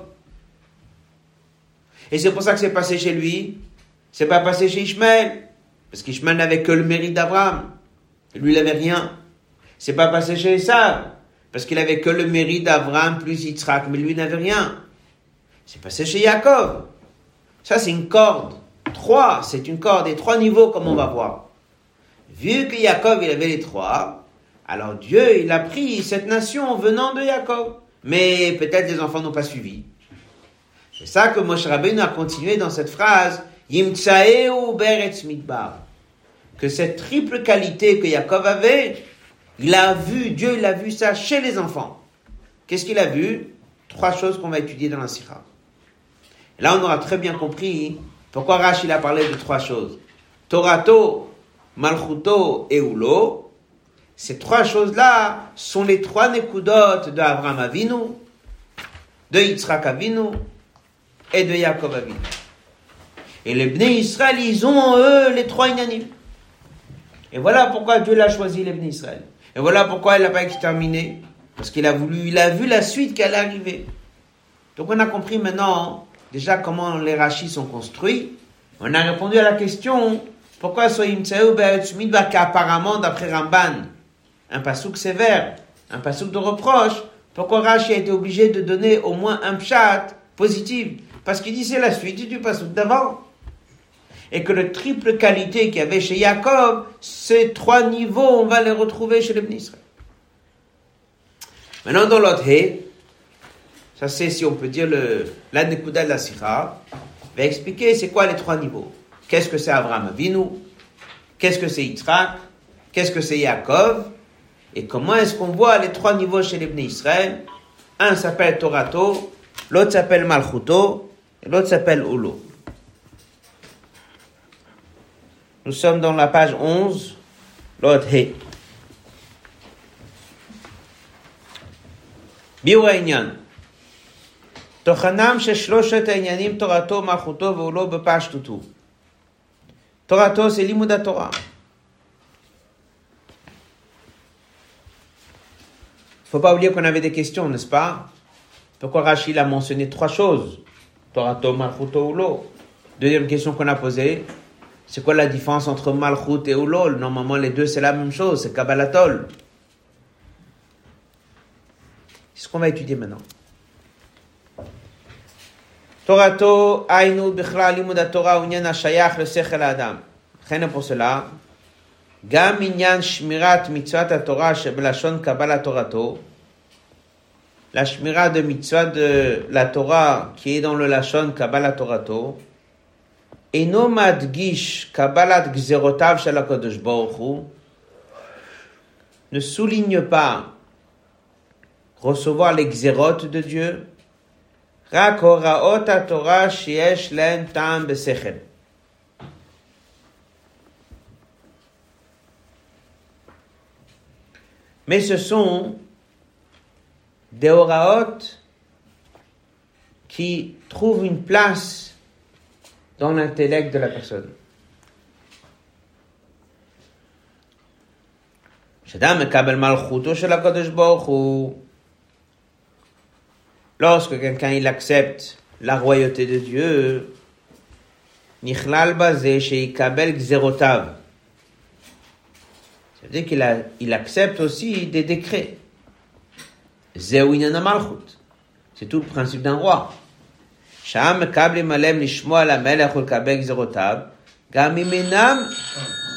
Et c'est pour ça que c'est passé chez lui. C'est pas passé chez Ishmaël. Parce qu'Ishmaël n'avait que le mérite d'Abraham. Et lui, il n'avait rien. C'est pas passé chez Esav. Parce qu'il avait que le mérite d'Abraham plus Yitzhak. Mais lui, il n'avait rien. C'est passé chez Yaakov. Ça, c'est une corde. Trois, c'est une corde. Et trois niveaux, comme on va voir. Vu que Yaakov, il avait les trois, alors Dieu, il a pris cette nation venant de Yaakov. Mais peut-être les enfants n'ont pas suivi. C'est ça que Moshe Rabbeinu a continué dans cette phrase, Yimtsaeu beretz midbar. Que cette triple qualité que Yaakov avait, il a vu, Dieu il a vu ça chez les enfants. Qu'est-ce qu'il a vu? Trois choses qu'on va étudier dans la Sikha. Et là, on aura très bien compris pourquoi Rashi a parlé de trois choses. Torato, Malchuto et Ulo. Ces trois choses-là sont les trois nekudot de Avraham Avinu, de Yitzhak Avinu et de Yaakov Avinu. Et les Bnei Israël, ils ont en eux les trois inanimes. Et voilà pourquoi Dieu l'a choisi, les Bnei Israël. Et voilà pourquoi il n'a pas exterminé. Parce qu'il a voulu, il a vu la suite qui allait arriver. Donc on a compris maintenant, déjà comment les rachis sont construits. On a répondu à la question, pourquoi Soyim Tsaou Be'etz Midbar, qu'apparemment, d'après Ramban, un pasouk sévère, un pasouk de reproche, pourquoi Rashi a été obligé de donner au moins un pshat positif? Parce qu'il dit c'est la suite du pasouk d'avant. Et que le triple qualité qu'il y avait chez Yaakov, ces trois niveaux, on va les retrouver chez les Bnei Israël. Maintenant, dans l'autre hé, ça c'est, si on peut dire, le, la Nekuda de la Sikha, va expliquer c'est quoi les trois niveaux. Qu'est-ce que c'est Avraham Avinu? Qu'est-ce que c'est Yitzhak? Qu'est-ce que c'est Yaakov? Et comment est-ce qu'on voit les trois niveaux chez les Bnei Israël? Un s'appelle Torato, l'autre s'appelle Malchuto, et l'autre s'appelle Ulo. Nous sommes dans la page onze, l'autre He. Biur העניין. תוכנם של שלושת העניינים תורתו, מלכותו ועולו בפשטותו. תורתו c'est לימוד התורה. Faut pas oublier qu'on avait des questions, n'est-ce pas? Pourquoi Rashi a mentionné trois choses? Torato, Malchuto, Ulo. Deuxième question qu'on a posée, c'est quoi la différence entre Malchut et Ulo? Normalement, les deux, c'est la même chose, c'est Kabbalatol. C'est ce qu'on va étudier maintenant. Torato, Ainu, Bichla, Limud HaTorah, Unyan HaShayach, le Sechel Adam. Rien pour cela. Gam Inyan Shmirat Mitzvat HaTorah, Shebelashon Kabbalah Torato. La Shmira de Mitzvah de la Torah, qui est dans le Lashon Kabbalah Torato. Eno Madgish Kabbalat Gzerotav Shel HaKadosh Baruch Hu. Ne souligne pas recevoir les Gzerot de Dieu. Rak Horaot HaTorah Sheyesh Len Tam Besechel. Mais ce sont des Horaot qui trouvent une place dans l'intellect de la personne. Shadam mekabel malchuto shel HaKadosh Baruch Hu. Lorsque quelqu'un il accepte la royauté de Dieu, nichlal bazeh sheikabel gzerotav. Ça veut dire qu'il a, il accepte aussi des décrets. Zeu inyan malchut. C'est tout le principe d'un roi. Sham mekablim alem lishmo al hamelech ulkabel gzerotav. Gam imenam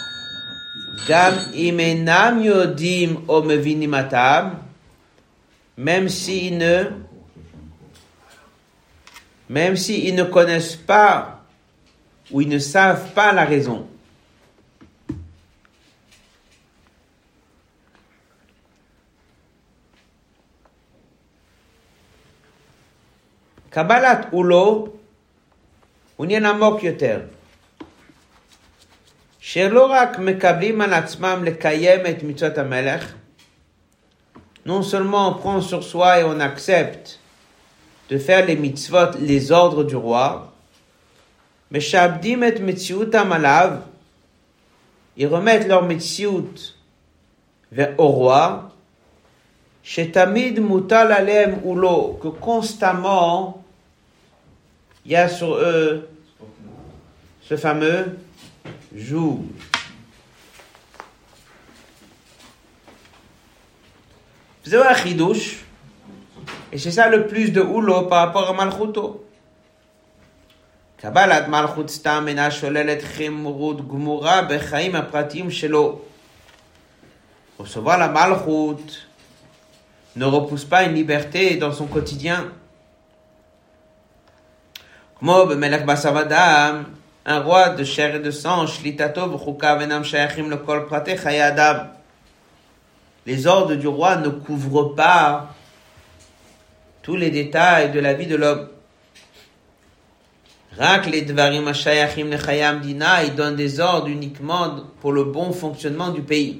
Gam imenam yodim o mevinim atam. même s'ils ne, même s'ils ne connaissent pas ou ils ne savent pas la raison. Kabbalat Ulo, עניין עמוק יותר. שלא רק מקבלים על עצמם לקיים את מצוות המלך, non seulement on prend sur soi et on accepte de faire les mitzvot, les ordres du roi, mais shabdim et metziutam alav, ils remettent leur metziut vers au roi, shetamid mutal alem ulo, que constamment il y a sur eux ce fameux joug. C'est un chidouche, et c'est ça le plus de Ulo par rapport à Malchuto. Kabbalat Malchut stam ena sholelet chimrut gmura bechaim apratim shelo. Recevoir la Malchut ne repousse pas une liberté dans son quotidien. Como bemelech basar vadam, un roi de chair et de sang, shlitato v'chukav enam shayachim lekol pratei chaye adam. Les ordres du roi ne couvrent pas tous les détails de la vie de l'homme. Rak les dvarim hashayachim lechaye hamdina, il donne des ordres uniquement pour le bon fonctionnement du pays.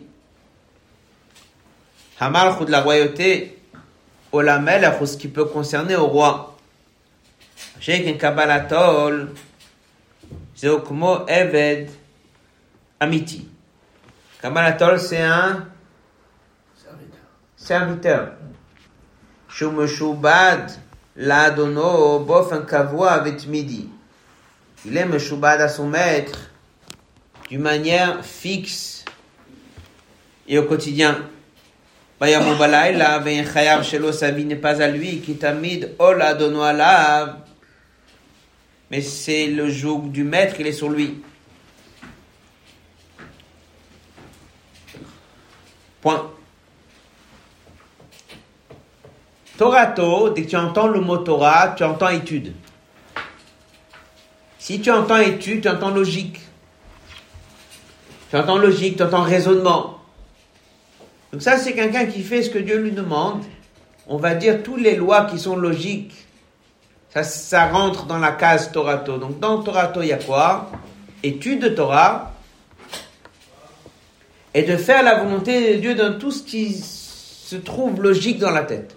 Hamalchut de la royauté, olam melech, ou ce qui peut concerner au roi. Shekin kabbalatol, c'est como eved amiti. Kabbalatol, c'est un serviteur. Shumeshubad l'adono bofen kavua avec midi. Il est meshubad à son maître d'une manière fixe et au quotidien. Bayamou balayla vein chayav shelo, sa vie n'est pas à lui, qui tamid ol adono alav, mais c'est le joug du maître, il est sur lui. Point. Torato, dès que tu entends le mot Torah, tu entends étude. Si tu entends étude, tu entends logique. Tu entends logique, tu entends raisonnement. Donc ça, c'est quelqu'un qui fait ce que Dieu lui demande. On va dire toutes les lois qui sont logiques. Ça, ça rentre dans la case Torato. Donc dans Torato, il y a quoi? Étude de Torah. Et de faire la volonté de Dieu dans tout ce qui se trouve logique dans la tête.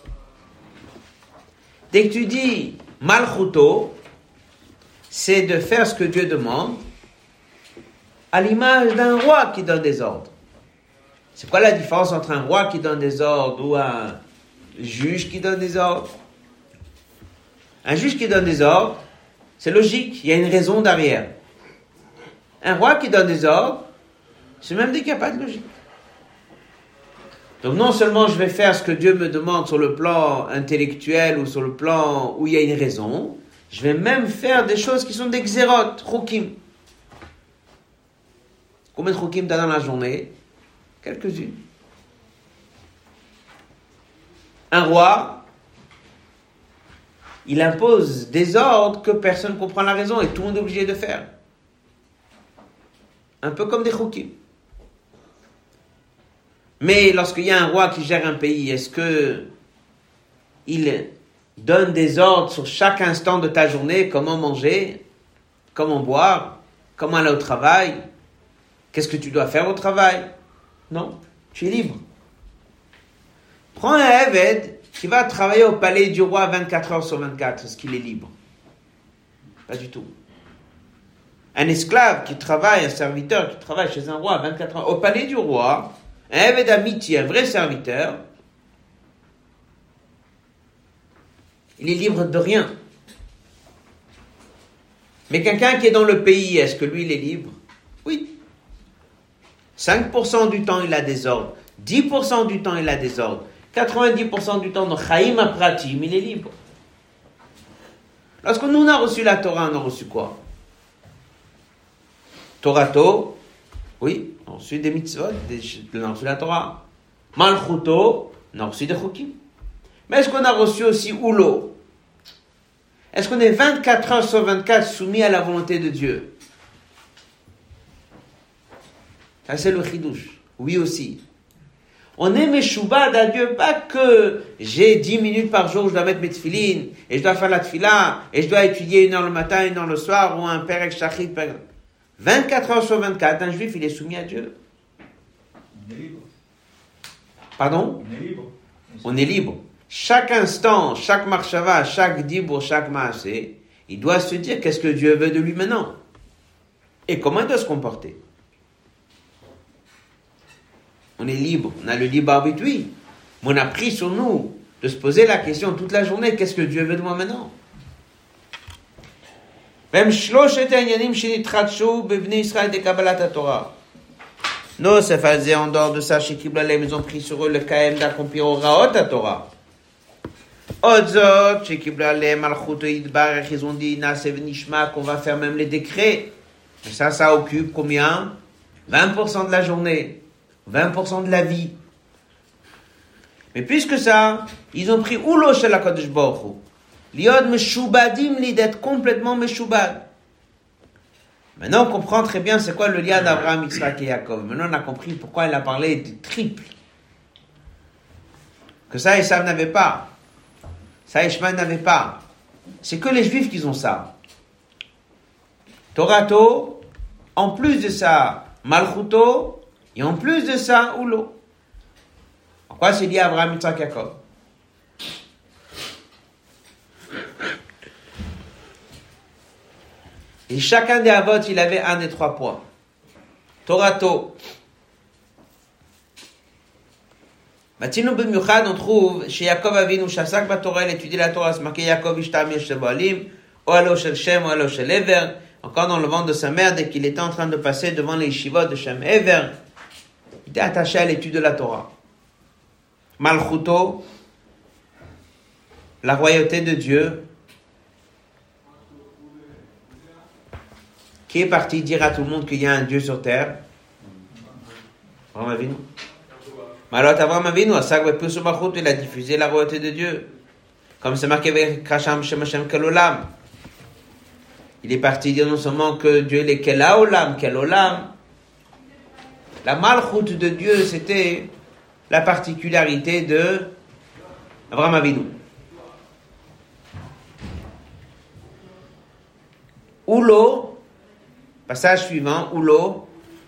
Dès que tu dis Malchuto, c'est de faire ce que Dieu demande à l'image d'un roi qui donne des ordres. C'est quoi la différence entre un roi qui donne des ordres ou un juge qui donne des ordres? Un juge qui donne des ordres, c'est logique, il y a une raison derrière. Un roi qui donne des ordres, c'est même dit qu'il n'y a pas de logique. Donc non seulement je vais faire ce que Dieu me demande sur le plan intellectuel ou sur le plan où il y a une raison, je vais même faire des choses qui sont des xérot, chokim. Combien de chokim tu as dans la journée? Quelques-unes. Un roi, il impose des ordres que personne ne comprend la raison et tout le monde est obligé de faire. Un peu comme des chokim. Mais lorsqu'il y a un roi qui gère un pays, est-ce que il donne des ordres sur chaque instant de ta journée, comment manger, comment boire, comment aller au travail, qu'est-ce que tu dois faire au travail? Non, tu es libre. Prends un Eved qui va travailler au palais du roi vingt-quatre heures sur vingt-quatre, est-ce qu'il est libre? Pas du tout. Un esclave qui travaille, un serviteur qui travaille chez un roi vingt-quatre heures au palais du roi, un Eved Amiti, un vrai serviteur, il est libre de rien. Mais quelqu'un qui est dans le pays, est-ce que lui, il est libre? Oui. cinq pour cent du temps, il a des ordres. dix pour cent du temps, il a des ordres. quatre-vingt-dix pour cent du temps, dans Chaim Apratim, il est libre. Lorsque nous, on a reçu la Torah, on a reçu quoi? Torato, oui, on a reçu des mitzvot, des, on a reçu la Torah. Malchuto, on a reçu des chokim. Mais est-ce qu'on a reçu aussi Oulo? Est-ce qu'on est vingt-quatre heures sur vingt-quatre soumis à la volonté de Dieu? Ça, c'est le chidouche. Oui aussi. On est meshoubad à Dieu, pas que j'ai dix minutes par jour, je dois mettre mes tefilines, et je dois faire la tefila, et je dois étudier une heure le matin, une heure le soir, ou un perek shachit. vingt-quatre heures sur vingt-quatre, un juif, il est soumis à Dieu. On est libre. Pardon? On est libre. On est libre. Chaque instant, chaque marshava, chaque dibur, chaque maasé, il doit se dire qu'est-ce que Dieu veut de lui maintenant. Et comment il doit se comporter. On est libre, on a le libre arbitre, oui. Mais on a pris sur nous de se poser la question toute la journée, qu'est-ce que Dieu veut de moi maintenant? Même shloshet ha'inyanim shenitratchu bebnei Israël de Kabbalat HaTorah. Non, ça faisait en dehors de ça, chez Kiblalem, ils ont pris sur eux le kaem d'accomplir au Raot HaTorah. Odzot, chez Kiblalem, Malchut Yidbarech, ils ont dit, Nasev Nishma, qu'on va faire même les décrets. Et ça, ça occupe combien? vingt pour cent de la journée. vingt pour cent de la vie. Mais puisque ça, ils ont pris Oulo shel HaKadosh Baruch Hu. Liod meshubadim li, d'être complètement meshubad. Maintenant, on comprend très bien c'est quoi le lien d'Abraham, Yitzhak et Yaakov. Maintenant, on a compris pourquoi il a parlé du triple. Que ça, Esav n'avait pas. Ça, Ishmael n'avait pas. C'est que les Juifs qui ont ça. Torato, en plus de ça, Malchuto, et en plus de ça, Oulo. Pourquoi c'est lié à Abraham, Yitzhak et Yaakov? Et chacun des avots, il avait un des trois points. Torato. Maintenant, b'miuchad, on trouve chez Yaakov Avinu, Shasak Batorah, il étudie la Torah, c'est marqué Yaakov Ishtam Yesh Balim, O Alo Shel Shem, O Alo Shel Ever, encore dans le ventre de sa mère, dès qu'il était en train de passer devant les yeshivot de Shem Ever, il était attaché à l'étude de la Torah. Malchuto, la royauté de Dieu, qui est parti dire à tout le monde qu'il y a un Dieu sur terre? Abraham Avinu. Malot Abraham Avinu, il a diffusé la royauté de Dieu. Comme c'est marqué avec Krasham Shem Hashem Kelolam. Il est parti dire non seulement que Dieu est Kelaolam, Kelolam. La malchoute de Dieu, c'était la particularité de Abraham Avinu. Oulo, passage suivant, Oulo.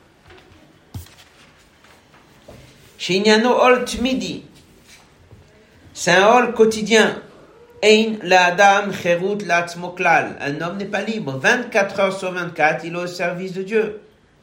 Shinyano ol tmidi. C'est un ol quotidien. Ein la adam cherut l'atzmo klal. Un homme n'est pas libre. vingt-quatre heures sur vingt-quatre, il est au service de Dieu.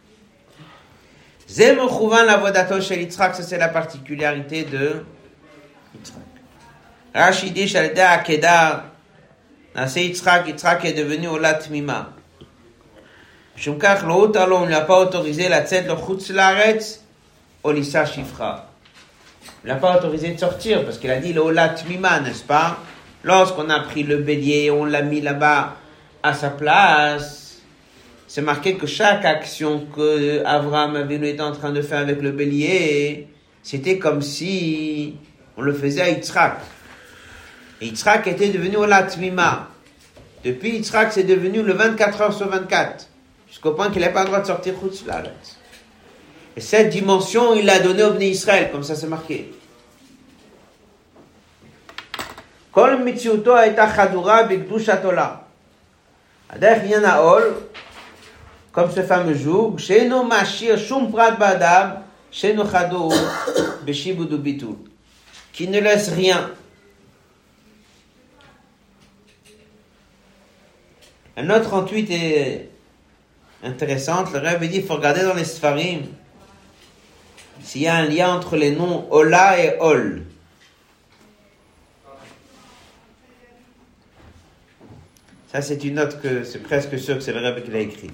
Zem chouvan la vodato shel Yitzhak, ça c'est la particularité de Yitzhak. Rashi dit shalda akedar. C'est Yitzhak, Yitzhak est devenu Olat Mima. Shumkach lo utalo, on ne lui a pas autorisé la tzed le chutz laaretz, Olissa Shifra. On ne l'a pas autorisé de sortir parce qu'il a dit le Olat Mima, n'est-ce pas? Lorsqu'on a pris le bélier, on l'a mis là-bas à sa place. C'est marqué que chaque action que Abraham était en train de faire avec le bélier, c'était comme si on le faisait à Yitzhak. Et Yitzhak était devenu Olat Mima. Depuis Yitzhak, c'est devenu le vingt-quatre heures sur vingt-quatre. Jusqu'au point qu'il n'a pas le droit de sortir Chutz Laaretz. Et cette dimension, il l'a donnée au Bnei Israël, comme ça c'est marqué. Kol mitziuto haïta chadura b'kedushat olam. Adech yana ol, comme ce fameux jour, she'eno mashir shum prat ba'adam, she'eno chadur b'shibud ubitul. Qui ne laisse rien. Un note trente-huit est intéressante. Le Rebbe dit qu'il faut regarder dans les Sfarim s'il y a un lien entre les noms Ola et Ol. Ça, c'est une note que c'est presque sûr que c'est le Rebbe qui l'a écrit.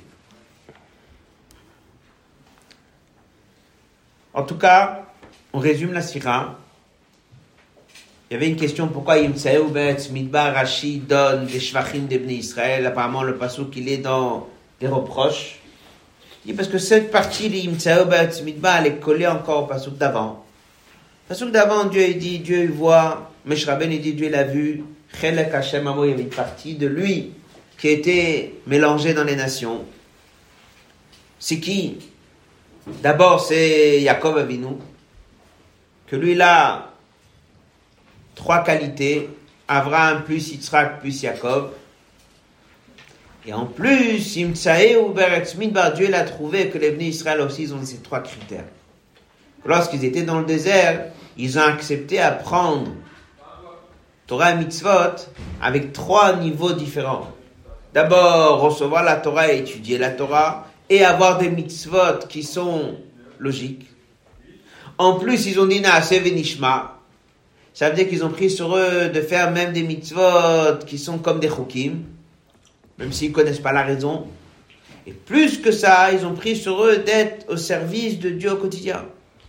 En tout cas, on résume la Sira. Il y avait une question, pourquoi Yimtsaeu Be'etz Midbar Rashi donne des shvachim des Bnei Israël? Apparemment, le passouk, il est dans des reproches. Il dit parce que cette partie de Yimtsaeu Be'etz Midbar, elle est collée encore au passouk d'avant. Parce que d'avant, Dieu il dit, Dieu il voit, Moshe Rabbeinu il dit, Dieu l'a vu, Chelek Hashem Amo, il y avait une partie de lui qui était mélangée dans les nations. C'est qui? D'abord, c'est Yaakov Avinu, que lui, il a trois qualités, Abraham plus Yitzhak plus Yaakov. Et en plus, Imtsae ou Beretz Midbar, Dieu l'a trouvé que les venus Israël aussi, ils ont ces trois critères. Lorsqu'ils étaient dans le désert, ils ont accepté à prendre Torah et Mitzvot avec trois niveaux différents. D'abord, recevoir la Torah et étudier la Torah, et avoir des mitzvot qui sont logiques. En plus, ils ont dit Naase Venishma. Ça veut dire qu'ils ont pris sur eux de faire même des mitzvot qui sont comme des chukim, même s'ils ne connaissent pas la raison. Et plus que ça, ils ont pris sur eux d'être au service de Dieu au quotidien.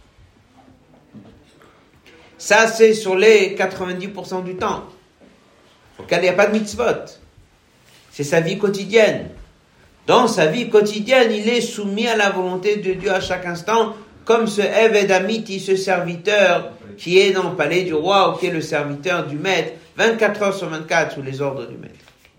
Ça, c'est sur les quatre-vingt-dix pour cent du temps auquel il n'y a pas de mitzvot. C'est sa vie quotidienne. Dans sa vie quotidienne, il est soumis à la volonté de Dieu à chaque instant, comme ce Eved Amiti, ce serviteur qui est dans le palais du roi, ou qui est le serviteur du maître, vingt-quatre heures sur vingt-quatre, sous les ordres du maître.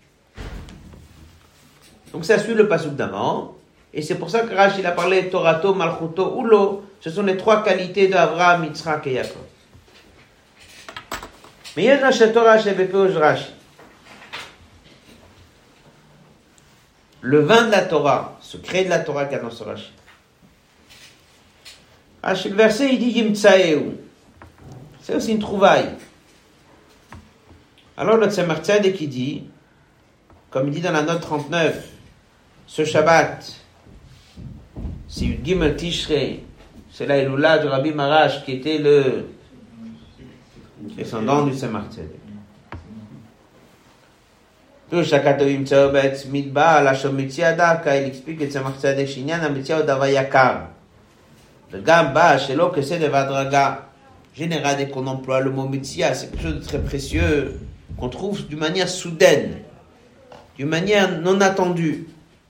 Donc ça suit le pasuk d'avant, et c'est pour ça que Rashi a parlé Torato, Malchuto, Ulo, ce sont les trois qualités d'Avraham, Yitzhak et Yaakov. Mais il y a une Torah chez B P O Rashi. Le vin de la Torah, secret de la Torah qu'il y a dans ce Rashi. Rashi, le verset, il dit Yimtsaeu. C'est aussi une trouvaille. Alors le Tzemach Tzedek qui dit, comme il dit dans la note trente-neuf, ce Shabbat, c'est une Gimel Tishrei, c'est la Eloula du Rabbi Marash qui était le descendant du Tzemach Tzedek. Il explique que Tzemach Tzedek Shinyan Amitzia Odava Yakar. Le Gamba, chez l'eau que c'est de Vadraga. Général, dès qu'on emploie le mot Mitzia, c'est quelque chose de très précieux, qu'on trouve d'une manière soudaine, d'une manière non attendue.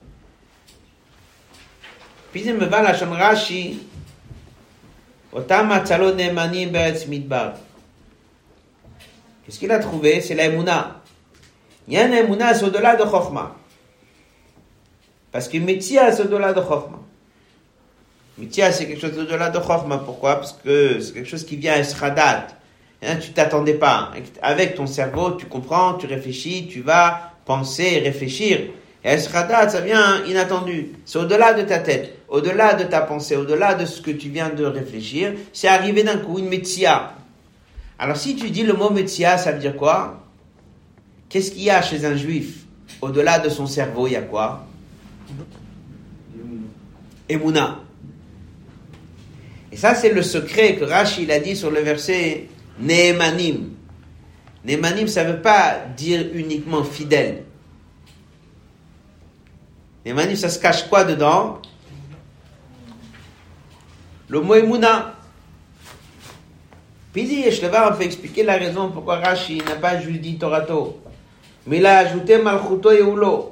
Puis il me va la Shon Rashi, Otam Atzalo Neemanim Beretz Midbar. Qu'est-ce qu'il a trouvé? C'est la Emouna. Il y a une Emouna, c'est au-delà de Chokhmah. Parce que Mitzia, c'est au-delà de Chokhmah. Mitzia, c'est quelque chose au-delà de Chokhmah. Pourquoi? Parce que c'est quelque chose qui vient à Esradat. Hein, tu t'attendais pas. Avec ton cerveau, tu comprends, tu réfléchis, tu vas penser, réfléchir. Et Esradat, ça vient inattendu. C'est au-delà de ta tête, au-delà de ta pensée, au-delà de ce que tu viens de réfléchir. C'est arrivé d'un coup, une Mitzia. Alors si tu dis le mot Mitzia, ça veut dire quoi? Qu'est-ce qu'il y a chez un juif? Au-delà de son cerveau, il y a quoi? Emouna. Et ça, c'est le secret que Rashi il a dit sur le verset Neemanim. Neemanim, ça ne veut pas dire uniquement fidèle. Neemanim, ça se cache quoi dedans? Le mot Emouna. Puis il dit, Yeshlevar, on peut expliquer la raison pourquoi Rashi n'a pas juste dit Torato. Mais il a ajouté Malchuto et Ulo.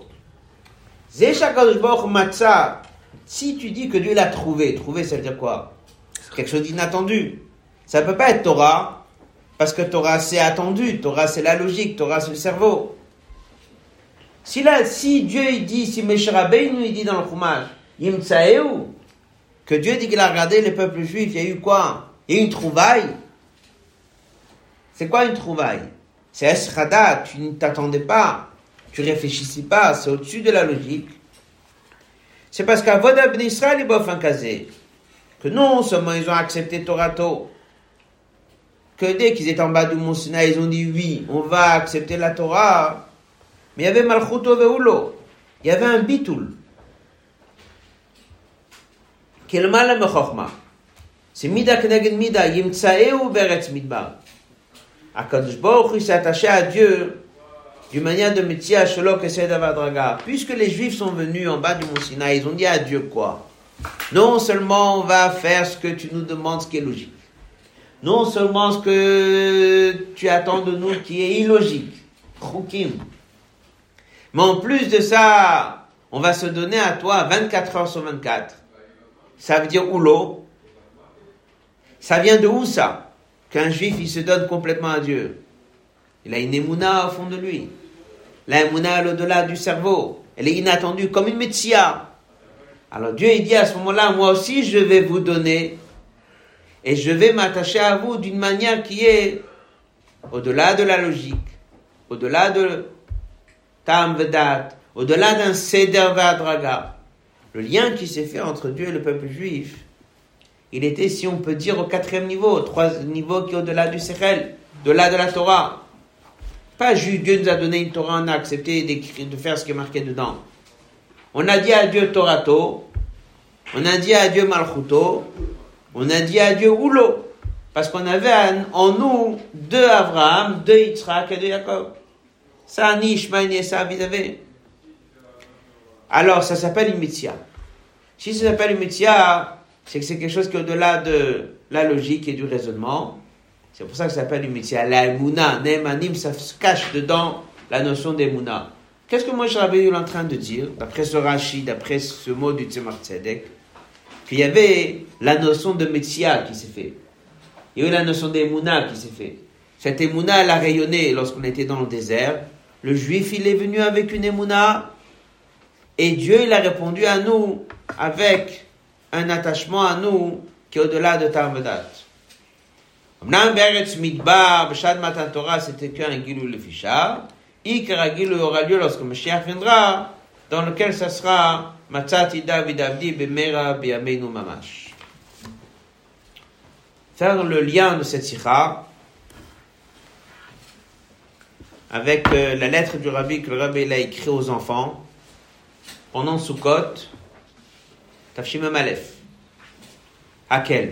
Si tu dis que Dieu l'a trouvé, trouvé, ça veut dire quoi? C'est quelque chose d'inattendu. Ça ne peut pas être Torah, parce que Torah c'est attendu, Torah c'est la logique, Torah c'est le cerveau. Si, là, si Dieu il dit, si Moshe Rabbeinu il dit dans le Chumash, Yimtsaeu, que Dieu dit qu'il a regardé les peuples juifs, il y a eu quoi? Il y a eu une trouvaille. C'est quoi une trouvaille? C'est Esradat, tu ne t'attendais pas, tu réfléchissais pas, c'est au-dessus de la logique. C'est parce qu'à Voda Ben Israël, ils boivent un casé, que non seulement ils ont accepté Torato, que dès qu'ils étaient en bas du Mont Sinaï, ils ont dit oui, on va accepter la Torah, mais il y avait Malchuto Veulo, il y avait un bitoul, qui est le mal à Chokhmah. C'est Mida Kneged Mida, Yimtsaeu Beretz Midbar. Akadosh Baruch Hu s'est attaché à Dieu d'une manière de Mitzia Sholok et Sedavadraga. Puisque les Juifs sont venus en bas du Mont Sinaï, ils ont dit à Dieu quoi? Non seulement on va faire ce que tu nous demandes, ce qui est logique. Non seulement ce que tu attends de nous qui est illogique. Chukim. Mais en plus de ça, on va se donner à toi vingt-quatre heures sur vingt-quatre. Ça veut dire Ulo. Ça vient de où ça? qu'un juif, il se donne complètement à Dieu. Il a une émouna au fond de lui. La émouna est au-delà du cerveau. Elle est inattendue, comme une métia. Alors Dieu, il dit à ce moment-là, moi aussi, je vais vous donner et je vais m'attacher à vous d'une manière qui est au-delà de la logique, au-delà de Tam Vedat, au-delà d'un Seder Vadraga. Le lien qui s'est fait entre Dieu et le peuple juif, il était, si on peut dire, au quatrième niveau, trois niveaux qui est au-delà du Sechel, au-delà de la Torah. Pas juste Dieu nous a donné une Torah, on a accepté d'écrire, de faire ce qui est marqué dedans. On a dit à Dieu Torato, on a dit à Dieu Malchuto, on a dit à Dieu Ulo, parce qu'on avait en nous deux Abraham, deux Yitzhak et deux Jacob. Ça, ni Ishmaël, ni Esav, ils avaient. Alors, ça s'appelle une mitzvah. Si ça s'appelle une mitzvah, c'est que c'est quelque chose qui est au-delà de la logique et du raisonnement. C'est pour ça que ça s'appelle une mitzvah. La Emouna, Nehemanim, ça se cache dedans la notion d'Emouna. Qu'est-ce que Moshe Rabbeinu est en train de dire, d'après ce Rashi, d'après ce mot du Tzemar Tzedek, qu'il y avait la notion de mitzvah qui s'est fait. Il y a eu la notion d'Emouna qui s'est fait. Cette Emouna, elle a rayonné lorsqu'on était dans le désert. Le juif, il est venu avec une Emouna. Et Dieu, il a répondu à nous avec un attachement à nous qui est au-delà de Tarmedat. Amnam Beretz Midbar, B'Shad Matan Torah, c'était qu'un Gilou le Fichar. Ikar Gilou aura lieu lorsque Mashiach viendra, dans lequel ça sera Matzati David Avdi B'Mera B'Yameinu Mamash. Faire le lien de cette sikha avec euh, la lettre du Rabbi que le Rabbi l'a écrit aux enfants pendant Sukkot, Tafshim Aleph. Hakel.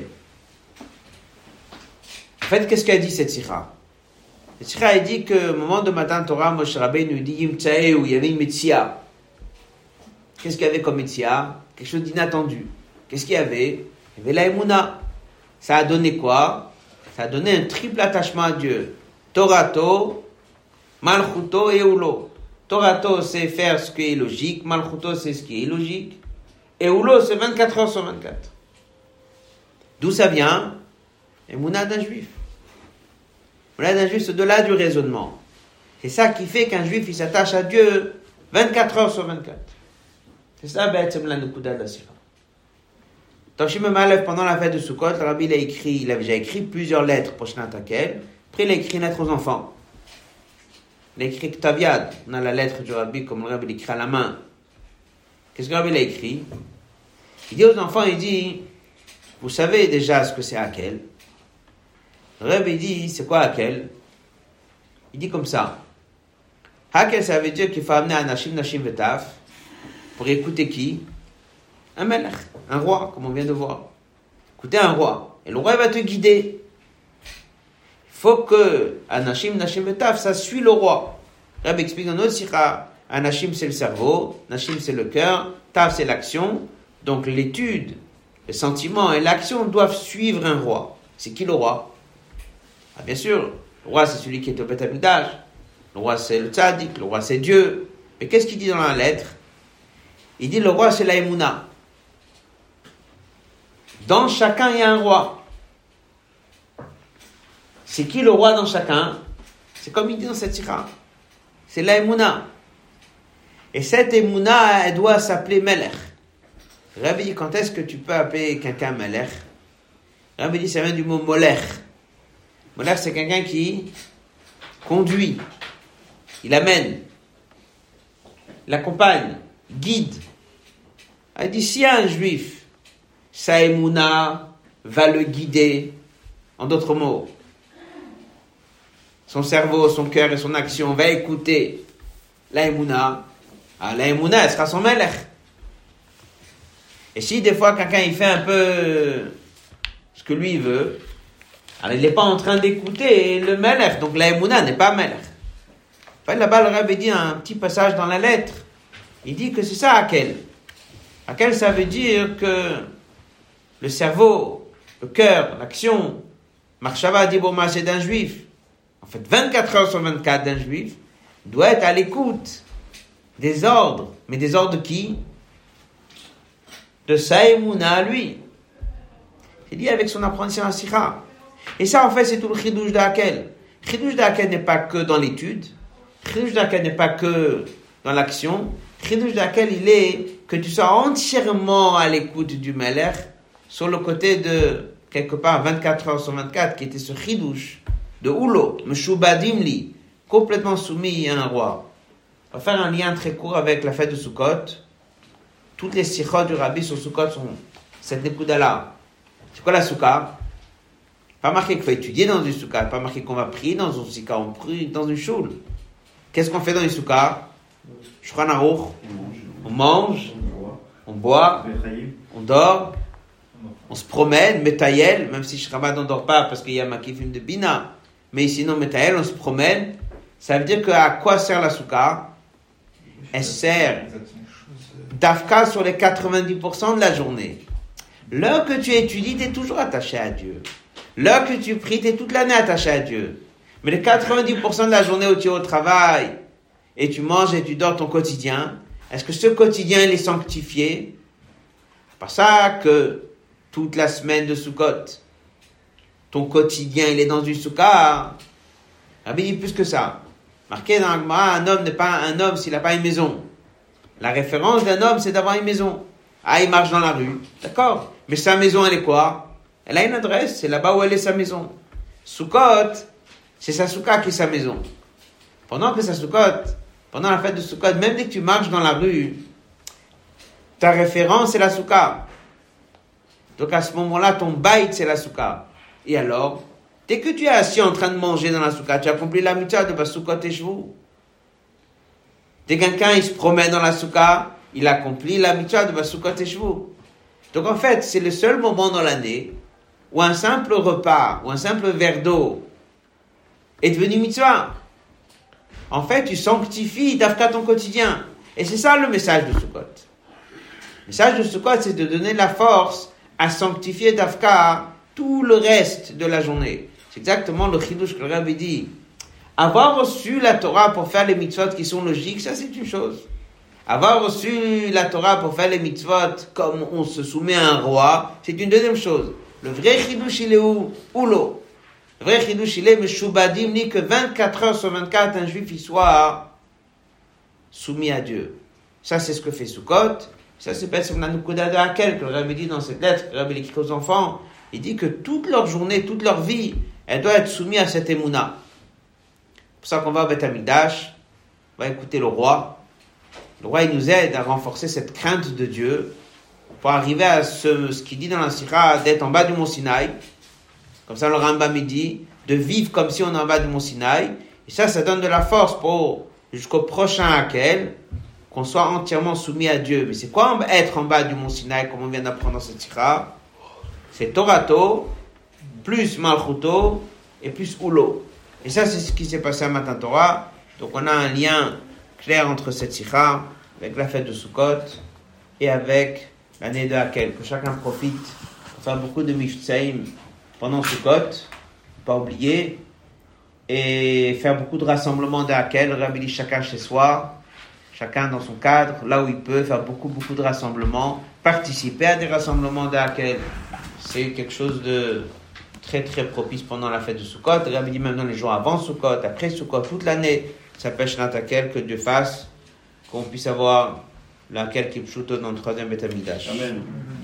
En fait, qu'est-ce qu'a dit cette sikha? Cette sikha a dit que au moment de Matan Torah, Moshe Rabbeinu nous dit Yim Tsae, où il y avait une mitzia. Qu'est-ce qu'il y avait comme mitzia? Quelque chose d'inattendu. Qu'est-ce qu'il y avait? Il y avait la Emouna. Ça a donné quoi? Ça a donné un triple attachement à Dieu. Torato, Malchuto et Ulo. Torato, c'est faire ce qui est logique. Malchuto, c'est ce qui est illogique. Et Ulo, c'est vingt-quatre heures sur vingt-quatre. D'où ça vient? Emouna d'un juif. Emouna d'un juif, c'est au-delà du raisonnement. C'est ça qui fait qu'un juif, il s'attache à Dieu vingt-quatre heures sur vingt-quatre. C'est ça, B'etzem la Nukuda de la Sikha. Tafshim Aleph, pendant la fête de Sukkot, le Rabbi il a écrit, il avait déjà écrit plusieurs lettres pour Shnat Hakel. Après, il a écrit une lettre aux enfants. Il a écrit Ktaviad. On a la lettre du Rabbi, comme le Rabbi l'écrit à la main. Qu'est-ce que le Rabbi a écrit? Il dit aux enfants, il dit, vous savez déjà ce que c'est Hakel. Le Rabbi dit, c'est quoi Hakel? Il dit comme ça. Hakel, ça veut dire qu'il faut amener un Nashim, Nashim Vetaf, pour écouter qui? Un melech, un roi, comme on vient de voir. Écoutez un roi. Et le roi va te guider. Il faut que Anashim, Nashim Vetaf, ça suit le roi. Rabbi explique dans notre sikha, Anashim c'est le cerveau, Nashim c'est le cœur, Taf c'est l'action. Donc l'étude, le sentiment et l'action doivent suivre un roi. C'est qui le roi? Ah, bien sûr, le roi c'est celui qui est au Beth Amikdash. Le roi c'est le tzaddik, le roi c'est Dieu. Mais qu'est-ce qu'il dit dans la lettre? Il dit le roi c'est la Emouna. Dans chacun, il y a un roi. C'est qui le roi dans chacun? C'est comme il dit dans cette sikha. C'est la Emouna. Et cette Emouna, elle doit s'appeler Melech. Rabbi dit, quand est-ce que tu peux appeler quelqu'un Melech? Rabbi dit, ça vient du mot Molech. Molech, c'est quelqu'un qui conduit. Il amène. Il accompagne. Il guide. Il dit, si un juif, sa Emouna va le guider. En d'autres mots, son cerveau, son cœur et son action va écouter la Emouna. Ah, la Emouna, elle sera son Melech. Et si des fois quelqu'un il fait un peu ce que lui il veut, alors il n'est pas en train d'écouter le Melech. Donc la Emouna n'est pas Melech. Enfin, là-bas, le Rabbi dit un petit passage dans la lettre. Il dit que c'est ça Hakel. Hakel, ça veut dire que le cerveau, le cœur, l'action, Marshava Diboma, c'est d'un juif. En fait, vingt-quatre heures sur vingt-quatre d'un juif doit être à l'écoute des ordres. Mais des ordres de qui? De sa Emouna à lui. C'est lié avec son apprentissage en sikha. Et ça, en fait, c'est tout le chidouche d'Akel. Chidouche d'Akel n'est pas que dans l'étude. Chidouche d'Akel n'est pas que dans l'action. Chidouche d'Akel, il est que tu sois entièrement à l'écoute du Melech sur le côté de, quelque part, vingt-quatre heures sur vingt-quatre, qui était ce chidouche de Oulo, Meshubadim li, complètement soumis à un roi. On va faire un lien très court avec la fête de Sukkot. Toutes les sikhot du Rabbi sur Sukkot sont cette nekuda-là. C'est quoi la soukha? Pas marqué qu'il faut étudier dans une soukha, pas marqué qu'on va prier dans une soukha, on prie dans une choule. Qu'est-ce qu'on fait dans une soukha? Shulchan Aruch, on mange, on boit, on dort, on se promène, Metayel, même si Shabbat on dort pas parce qu'il y a Makifim de Bina, mais sinon Metayel, on se promène. Ça veut dire que à quoi sert la soukha? Elle sert d'Afka sur les quatre-vingt-dix pour cent de la journée. L'heure que tu étudies, tu es toujours attaché à Dieu. L'heure que tu pries, tu es toute l'année attaché à Dieu. Mais les quatre-vingt-dix pour cent de la journée où tu es au travail, et tu manges et tu dors ton quotidien, est-ce que ce quotidien, il est sanctifié? C'est pas ça que toute la semaine de Sukkot, ton quotidien, il est dans une soukha. Rabbi dit plus que ça. Marqué dans l'Agmara, un homme n'est pas un homme s'il n'a pas une maison. La référence d'un homme, c'est d'avoir une maison. Ah, il marche dans la rue. D'accord. Mais sa maison, elle est quoi? Elle a une adresse. C'est là-bas où elle est sa maison. Sukkot, c'est sa soukha qui est sa maison. Pendant que sa Sukkot, pendant la fête de Sukkot, même dès que tu marches dans la rue, ta référence, c'est la soukha. Donc à ce moment-là, ton baït, c'est la soukha. Et alors, dès que tu es assis en train de manger dans la soukha, tu as accompli la mitzvah de Basukot et Shvu. Dès que quelqu'un il se promène dans la soukha, il accomplit la mitzvah de Basukot et Shvu. Donc en fait, c'est le seul moment dans l'année où un simple repas, ou un simple verre d'eau est devenu mitzvah. En fait, tu sanctifies d'Afka ton quotidien. Et c'est ça le message de Sukkot. Le message de Sukkot, c'est de donner la force à sanctifier d'Afka tout le reste de la journée. C'est exactement le chidouche que le Rabbi dit. Avoir reçu la Torah pour faire les mitzvot qui sont logiques, ça c'est une chose. Avoir reçu la Torah pour faire les mitzvot comme on se soumet à un roi, c'est une deuxième chose. Le vrai chidouche, il est où? Oulo. Le vrai chidouche, il est Meshubadim ni que vingt-quatre heures sur vingt-quatre, un juif, il soit soumis à Dieu. Ça, c'est ce que fait Sukkot. Ça, c'est pas sur la Nukuda de Hakel, que le Rabbi dit dans cette lettre, que le Rabbi écrit aux enfants. Il dit que toute leur journée, toute leur vie, elle doit être soumise à cette émouna. C'est pour ça qu'on va au Beth Amikdash, on va écouter le roi. Le roi, il nous aide à renforcer cette crainte de Dieu pour arriver à ce, ce qu'il dit dans la Sira, d'être en bas du mont Sinaï. Comme ça, le Rambam il dit de vivre comme si on est en bas du mont Sinaï. Et ça, ça donne de la force pour, jusqu'au prochain Hakel, qu'on soit entièrement soumis à Dieu. Mais c'est quoi être en bas du mont Sinaï, comme on vient d'apprendre dans cette Sira? C'est Torato, plus Malchuto, et plus Oulo. Et ça, c'est ce qui s'est passé à Matan Torah. Donc, on a un lien clair entre cette Sira, avec la fête de Sukkot, et avec l'année de Hakel. Que chacun profite pour faire beaucoup de Miftsaïm pendant Sukkot, pas oublier, et faire beaucoup de rassemblements de Hakel. Le Rabbi dit chacun chez soi, chacun dans son cadre, là où il peut, faire beaucoup, beaucoup de rassemblements, participer à des rassemblements de Hakel. C'est quelque chose de très, très propice pendant la fête de Sukkot. Le Rabbi dit même dans les jours avant Sukkot, après Sukkot, toute l'année, ça pêche Shnat Hakel, que Dieu fasse, qu'on puisse avoir le Hakel qui pshuto dans le troisième Beth Amikdash. Amen.